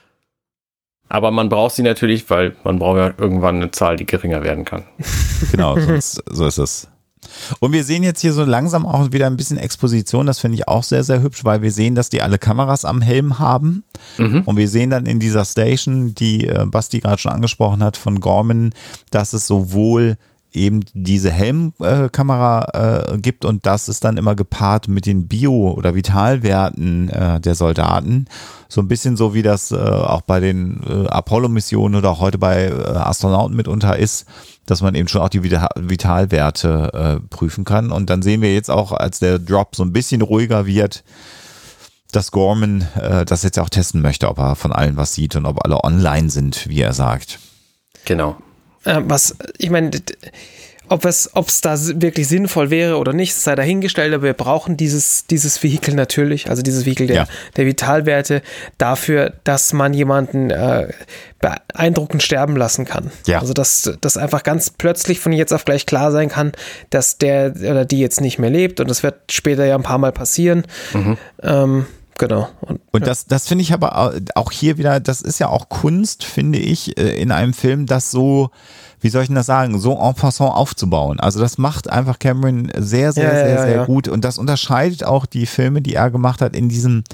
Aber man braucht sie natürlich, weil man braucht ja irgendwann eine Zahl, die geringer werden kann. Genau, sonst, so ist es. Und wir sehen jetzt hier so langsam auch wieder ein bisschen Exposition, das finde ich auch sehr, sehr hübsch, weil wir sehen, dass die alle Kameras am Helm haben. Mhm. Und wir sehen dann in dieser Station, die äh, Basti gerade schon angesprochen hat, von Gorman, dass es sowohl eben diese Helmkamera äh, gibt und das ist dann immer gepaart mit den Bio- oder Vitalwerten äh, der Soldaten. So ein bisschen so, wie das äh, auch bei den äh, Apollo-Missionen oder auch heute bei äh, Astronauten mitunter ist, dass man eben schon auch die Vitalwerte äh, prüfen kann. Und dann sehen wir jetzt auch, als der Drop so ein bisschen ruhiger wird, dass Gorman äh, das jetzt auch testen möchte, ob er von allen was sieht und ob alle online sind, wie er sagt. Genau. Äh, was, ich meine, ob es, ob es da wirklich sinnvoll wäre oder nicht, sei dahingestellt, aber wir brauchen dieses, dieses Vehikel natürlich, also dieses Vehikel der, ja. der Vitalwerte dafür, dass man jemanden äh, beeindruckend sterben lassen kann. Ja. Also dass das einfach ganz plötzlich von jetzt auf gleich klar sein kann, dass der oder die jetzt nicht mehr lebt und das wird später ja ein paar Mal passieren. Mhm. Ähm, Genau. Und, und das, das finde ich aber auch hier wieder, das ist ja auch Kunst, finde ich, in einem Film, das so, wie soll ich denn das sagen, so en passant aufzubauen. Also das macht einfach Cameron sehr, sehr, ja, sehr, ja, sehr ja. gut und das unterscheidet auch die Filme, die er gemacht hat, in diesem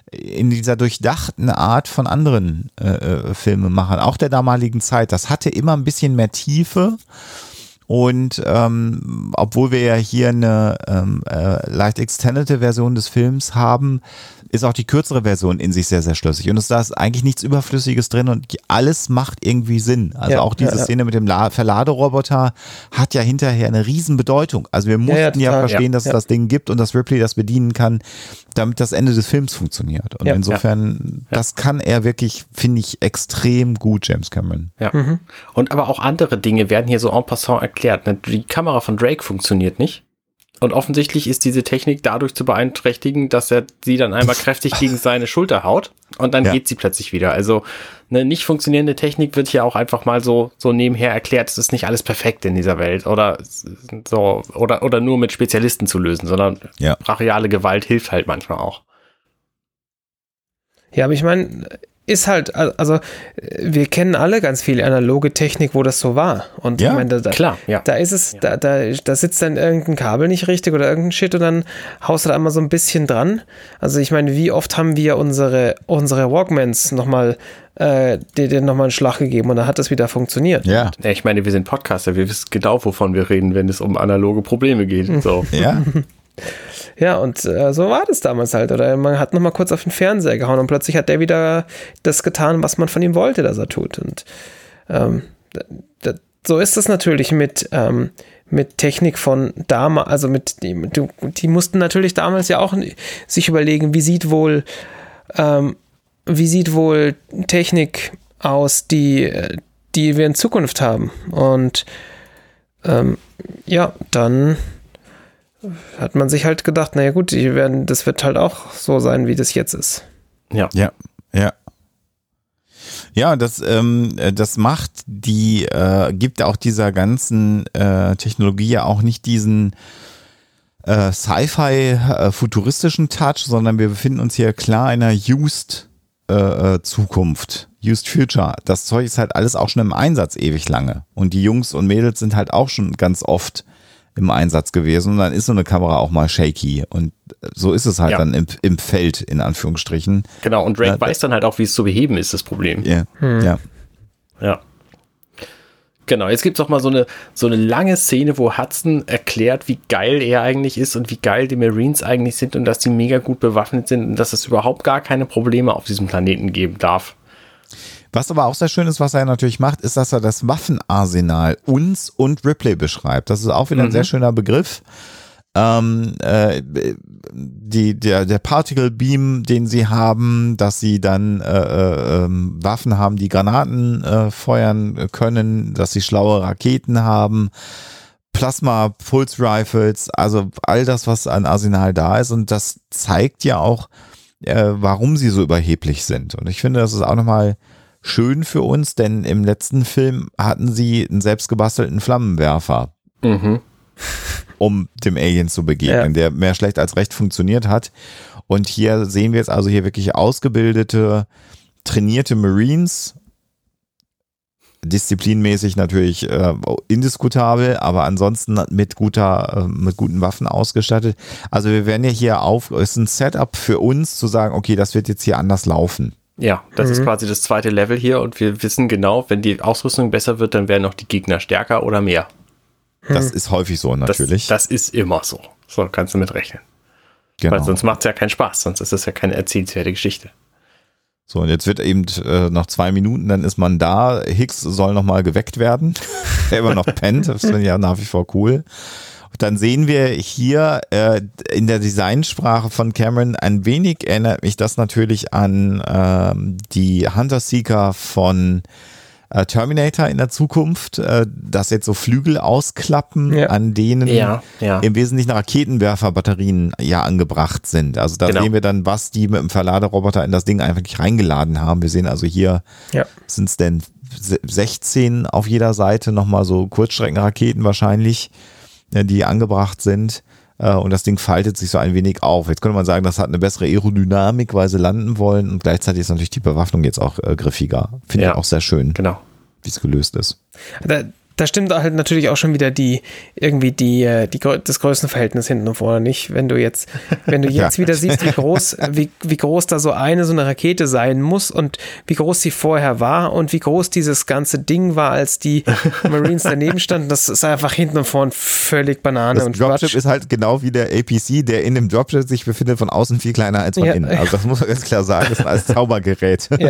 in dieser durchdachten Art von anderen äh, Filmemachern, auch der damaligen Zeit. Das hatte immer ein bisschen mehr Tiefe. Und ähm, obwohl wir ja hier eine ähm, äh, leicht extendete Version des Films haben, ist auch die kürzere Version in sich sehr, sehr schlüssig. Und es da ist eigentlich nichts Überflüssiges drin und alles macht irgendwie Sinn. Also ja, auch diese ja, ja. Szene mit dem La- Verladeroboter hat ja hinterher eine Riesenbedeutung. Also wir mussten ja, ja, total, ja verstehen, dass ja. es das Ding gibt und dass Ripley das bedienen kann, damit das Ende des Films funktioniert. Und ja, insofern, ja. das kann er wirklich, finde ich, extrem gut, James Cameron. Ja. Mhm. Und aber auch andere Dinge werden hier so en passant erklärt. Die Kamera von Drake funktioniert nicht. Und offensichtlich ist diese Technik dadurch zu beeinträchtigen, dass er sie dann einmal kräftig gegen seine Schulter haut und dann ja. geht sie plötzlich wieder. Also eine nicht funktionierende Technik wird hier auch einfach mal so so nebenher erklärt. Es ist nicht alles perfekt in dieser Welt oder so oder oder nur mit Spezialisten zu lösen, sondern ja. brachiale Gewalt hilft halt manchmal auch. Ja, aber ich meine, ist halt, also wir kennen alle ganz viel analoge Technik, wo das so war. Und ja, ich meine, da, klar, ja. da ist es, da, da, da sitzt dann irgendein Kabel nicht richtig oder irgendein Shit und dann haust du da einmal so ein bisschen dran. Also ich meine, wie oft haben wir unsere, unsere Walkmans nochmal, äh, denen nochmal einen Schlag gegeben und dann hat das wieder funktioniert. Ja. ja. Ich meine, wir sind Podcaster, wir wissen genau, wovon wir reden, wenn es um analoge Probleme geht. So. Ja. Ja, und äh, so war das damals halt. Oder man hat nochmal kurz auf den Fernseher gehauen und plötzlich hat der wieder das getan, was man von ihm wollte, dass er tut. Und ähm, d- d- so ist das natürlich mit, ähm, mit Technik von damals, also mit die, die mussten natürlich damals ja auch sich überlegen, wie sieht wohl, ähm, wie sieht wohl Technik aus, die, die wir in Zukunft haben. Und ähm, ja, dann hat man sich halt gedacht, naja gut, die werden, das wird halt auch so sein, wie das jetzt ist. Ja, ja, ja. Ja, das, ähm, das macht die, äh, gibt auch dieser ganzen äh, Technologie ja auch nicht diesen äh, Sci-Fi äh, futuristischen Touch, sondern wir befinden uns hier klar in einer Used äh, Zukunft, Used Future. Das Zeug ist halt alles auch schon im Einsatz ewig lange und die Jungs und Mädels sind halt auch schon ganz oft im Einsatz gewesen und dann ist so eine Kamera auch mal shaky und so ist es halt ja. dann im, im Feld, in Anführungsstrichen. Genau, und Drake äh, weiß dann halt auch, wie es zu beheben ist, das Problem. Yeah. Hm. Ja. Ja. Genau, jetzt gibt es auch mal so eine, so eine lange Szene, wo Hudson erklärt, wie geil er eigentlich ist und wie geil die Marines eigentlich sind und dass die mega gut bewaffnet sind und dass es überhaupt gar keine Probleme auf diesem Planeten geben darf. Was aber auch sehr schön ist, was er natürlich macht, ist, dass er das Waffenarsenal uns und Ripley beschreibt. Das ist auch wieder ein mhm. sehr schöner Begriff. Ähm, äh, die, der, der Particle Beam, den sie haben, dass sie dann äh, äh, Waffen haben, die Granaten äh, feuern können, dass sie schlaue Raketen haben, Plasma Pulse Rifles, also all das, was an Arsenal da ist. Und das zeigt ja auch, äh, warum sie so überheblich sind. Und ich finde, das ist auch nochmal schön für uns, denn im letzten Film hatten sie einen selbstgebastelten Flammenwerfer, mhm. um dem Alien zu begegnen, ja. der mehr schlecht als recht funktioniert hat. Und hier sehen wir jetzt also hier wirklich ausgebildete, trainierte Marines, disziplinmäßig natürlich äh, indiskutabel, aber ansonsten mit guter, äh, mit guten Waffen ausgestattet. Also wir werden ja hier auf, es ist ein Setup für uns zu sagen, okay, das wird jetzt hier anders laufen. Ja, das mhm. ist quasi das zweite Level hier und wir wissen genau, wenn die Ausrüstung besser wird, dann werden auch die Gegner stärker oder mehr. Das ist häufig so natürlich. Das, das ist immer so. So kannst du mit rechnen. Genau. Weil sonst macht es ja keinen Spaß, sonst ist es ja keine erzählenswerte Geschichte. So, und jetzt wird eben äh, noch zwei Minuten, dann ist man da. Hicks soll nochmal geweckt werden, der immer noch pennt. Das finde ich ja nach wie vor cool. Dann sehen wir hier äh, in der Designsprache von Cameron ein wenig erinnert mich das natürlich an ähm, die Hunter-Seeker von äh, Terminator in der Zukunft, äh, dass jetzt so Flügel ausklappen, ja. an denen ja, ja. im Wesentlichen Raketenwerferbatterien ja angebracht sind. Also da genau. sehen wir dann, was die mit dem Verladeroboter in das Ding einfach reingeladen haben. Wir sehen also hier, ja. sind es denn sechzehn auf jeder Seite, nochmal so Kurzstreckenraketen wahrscheinlich, die angebracht sind und das Ding faltet sich so ein wenig auf. Jetzt könnte man sagen, das hat eine bessere Aerodynamik, weil sie landen wollen und gleichzeitig ist natürlich die Bewaffnung jetzt auch äh, griffiger. Finde ja, ich auch sehr schön, genau. wie es gelöst ist. Da, Da stimmt halt natürlich auch schon wieder die, irgendwie die, die, das Größenverhältnis hinten und vorne nicht. Wenn du jetzt, wenn du jetzt ja. wieder siehst, wie groß, wie, wie groß da so eine, so eine Rakete sein muss und wie groß sie vorher war und wie groß dieses ganze Ding war, als die Marines daneben standen, das ist einfach hinten und vorne völlig Banane das und Dropship Quatsch. Ist halt genau wie der A P C, der in dem Dropship sich befindet, von außen viel kleiner als von ja. innen. Also das muss man ganz klar sagen, das ist alles Zaubergerät. Ja.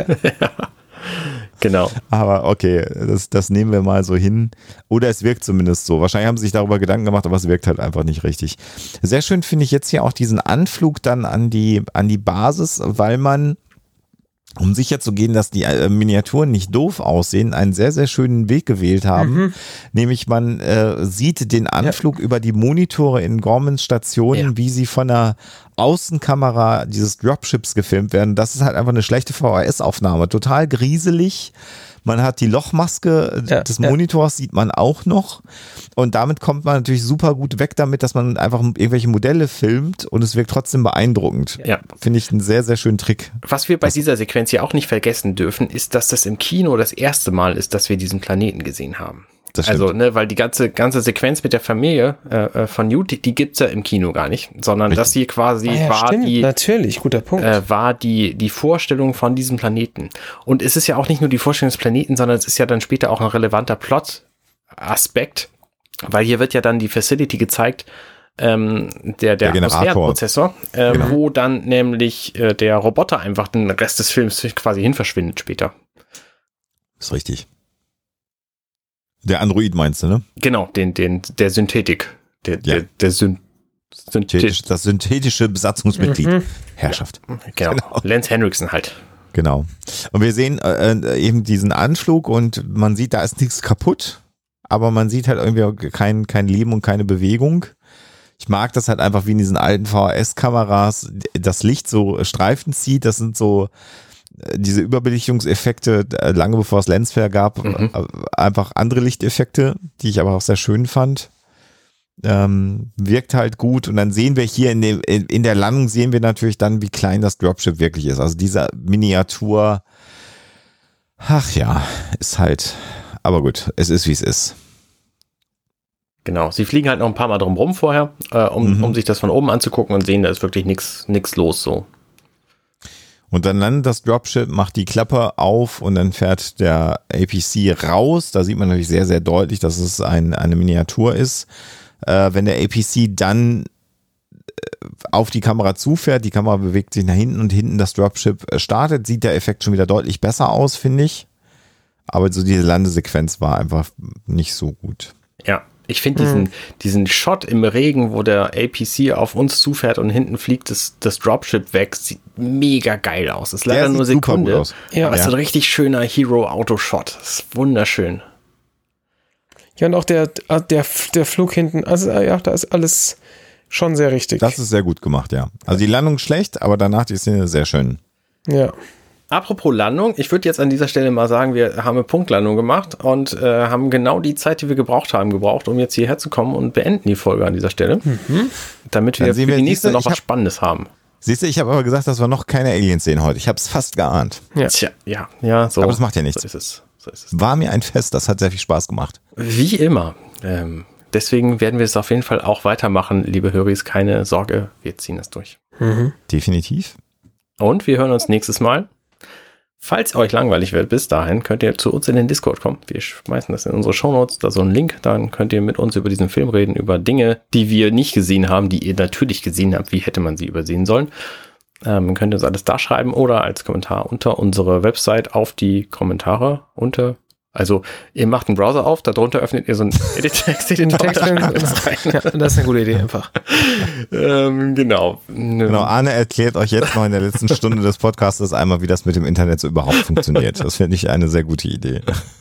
Genau. Aber okay, das, das nehmen wir mal so hin. Oder es wirkt zumindest so. Wahrscheinlich haben sie sich darüber Gedanken gemacht, aber es wirkt halt einfach nicht richtig. Sehr schön finde ich jetzt hier auch diesen Anflug dann an die, an die Basis, weil man, um sicher zu gehen, dass die äh, Miniaturen nicht doof aussehen, einen sehr, sehr schönen Weg gewählt haben. Mhm. Nämlich man äh, sieht den Anflug ja. über die Monitore in Gormans Stationen, ja. wie sie von einer Außenkamera dieses Dropships gefilmt werden. Das ist halt einfach eine schlechte V H S-Aufnahme. Total grieselig. Man hat die Lochmaske ja, des Monitors, ja. sieht man auch noch. Und damit kommt man natürlich super gut weg damit, dass man einfach irgendwelche Modelle filmt und es wirkt trotzdem beeindruckend. Ja. Finde ich einen sehr, sehr schönen Trick. Was wir bei Was dieser Sequenz hier auch nicht vergessen dürfen, ist, dass das im Kino das erste Mal ist, dass wir diesen Planeten gesehen haben. Also, ne, weil die ganze ganze Sequenz mit der Familie äh, von Newt, die, die gibt's ja im Kino gar nicht, sondern Richtig. Das hier quasi ah ja, war stimmt. die natürlich guter Punkt äh, war die die Vorstellung von diesem Planeten. Und es ist ja auch nicht nur die Vorstellung des Planeten, sondern es ist ja dann später auch ein relevanter Plot-Aspekt, weil hier wird ja dann die Facility gezeigt, ähm, der der, der Atmosphärenprozessor, äh, genau. wo dann nämlich äh, der Roboter einfach den Rest des Films quasi hin verschwindet später. Ist richtig. Der Android meinst du, ne? Genau, den, den, der Synthetik. Der, ja. der, der Syn- Synthetisch, das synthetische Besatzungsmitglied. Mhm. Herrschaft. Genau. genau. Lance Henriksen halt. Genau. Und wir sehen äh, eben diesen Anflug und man sieht, da ist nichts kaputt, aber man sieht halt irgendwie kein, kein Leben und keine Bewegung. Ich mag das halt einfach wie in diesen alten V H S-Kameras, das Licht so Streifen zieht, das sind so diese Überbelichtungseffekte, lange bevor es Lensflare gab, mhm. einfach andere Lichteffekte, die ich aber auch sehr schön fand. Ähm, wirkt halt gut und dann sehen wir hier in, dem, in der Landung sehen wir natürlich dann, wie klein das Dropship wirklich ist. Also diese Miniatur, ach ja, ist halt, aber gut, es ist wie es ist. Genau, sie fliegen halt noch ein paar Mal drum rum vorher, äh, um, mhm. um sich das von oben anzugucken und sehen, da ist wirklich nichts nichts los so. Und dann landet das Dropship, macht die Klappe auf und dann fährt der A P C raus. Da sieht man natürlich sehr, sehr deutlich, dass es ein, eine Miniatur ist. Äh, wenn der A P C dann auf die Kamera zufährt, die Kamera bewegt sich nach hinten und hinten das Dropship startet, sieht der Effekt schon wieder deutlich besser aus, finde ich. Aber so diese Landesequenz war einfach nicht so gut. Ja. Ich finde diesen, mhm. diesen Shot im Regen, wo der A P C auf uns zufährt und hinten fliegt das, das Dropship weg, sieht mega geil aus. Das ist leider nur Sekunde, ja. aber es ist ein richtig schöner Hero-Auto-Shot. Das ist wunderschön. Ja, und auch der, der, der Flug hinten, also ja, da ist alles schon sehr richtig. Das ist sehr gut gemacht, ja. Also die Landung schlecht, aber danach die Szene sehr schön. Ja. Apropos Landung, ich würde jetzt an dieser Stelle mal sagen, wir haben eine Punktlandung gemacht und äh, haben genau die Zeit, die wir gebraucht haben, gebraucht, um jetzt hierher zu kommen und beenden die Folge an dieser Stelle, mhm. damit wir für die nächste noch was hab, Spannendes haben. Siehst du, ich habe aber gesagt, dass wir noch keine Aliens sehen heute. Ich habe es fast geahnt. Ja. Tja, ja, ja, so. Aber das macht ja nichts. So ist es. So ist es. War mir ein Fest, das hat sehr viel Spaß gemacht. Wie immer. Ähm, deswegen werden wir es auf jeden Fall auch weitermachen, liebe Höris, keine Sorge, wir ziehen es durch. Mhm. Definitiv. Und wir hören uns nächstes Mal. Falls euch langweilig wird, bis dahin könnt ihr zu uns in den Discord kommen. Wir schmeißen das in unsere Shownotes, da so ein Link, dann könnt ihr mit uns über diesen Film reden, über Dinge, die wir nicht gesehen haben, die ihr natürlich gesehen habt, wie hätte man sie übersehen sollen. Ähm, könnt ihr uns alles da schreiben oder als Kommentar unter unsere Website auf die Kommentare unter. Also ihr macht einen Browser auf, darunter öffnet ihr so einen Edit-Text-Editor. Text rein. Ja, das ist eine gute Idee einfach. ähm, genau. Genau, Arne erklärt euch jetzt noch in der letzten Stunde des Podcasts einmal, wie das mit dem Internet so überhaupt funktioniert. Das finde ich eine sehr gute Idee.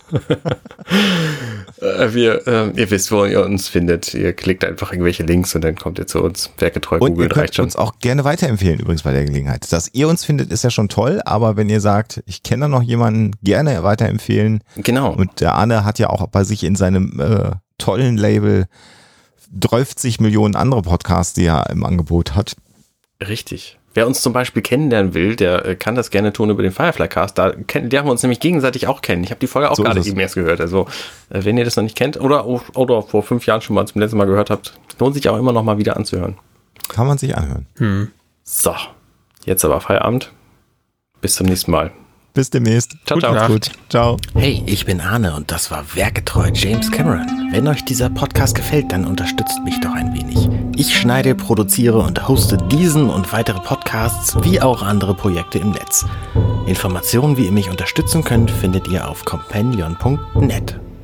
äh, wir, äh, ihr wisst, wo ihr uns findet. Ihr klickt einfach irgendwelche Links und dann kommt ihr zu uns. Werketreu und Google ihr könnt reicht schon. Uns auch gerne weiterempfehlen übrigens bei der Gelegenheit. Dass ihr uns findet, ist ja schon toll, aber wenn ihr sagt, ich kenne da noch jemanden, gerne weiterempfehlen. Genau. Und der Arne hat ja auch bei sich in seinem äh, tollen Label dreißig Millionen andere Podcasts, die er im Angebot hat. Richtig. Wer uns zum Beispiel kennenlernen will, der äh, kann das gerne tun über den Firefly-Cast. Da kennen, lernen wir uns nämlich gegenseitig auch kennen. Ich habe die Folge auch So gerade ist es. eben erst gehört. Also, äh, wenn ihr das noch nicht kennt oder, oder vor fünf Jahren schon mal zum letzten Mal gehört habt, lohnt sich auch immer noch mal wieder anzuhören. Kann man sich anhören. Hm. So, jetzt aber Feierabend. Bis zum nächsten Mal. Bis demnächst. Ciao, Gute ciao. Nacht. Gut. Ciao. Hey, ich bin Arne und das war Werkgetreu James Cameron. Wenn euch dieser Podcast gefällt, dann unterstützt mich doch ein wenig. Ich schneide, produziere und hoste diesen und weitere Podcasts wie auch andere Projekte im Netz. Informationen, wie ihr mich unterstützen könnt, findet ihr auf companion punkt net.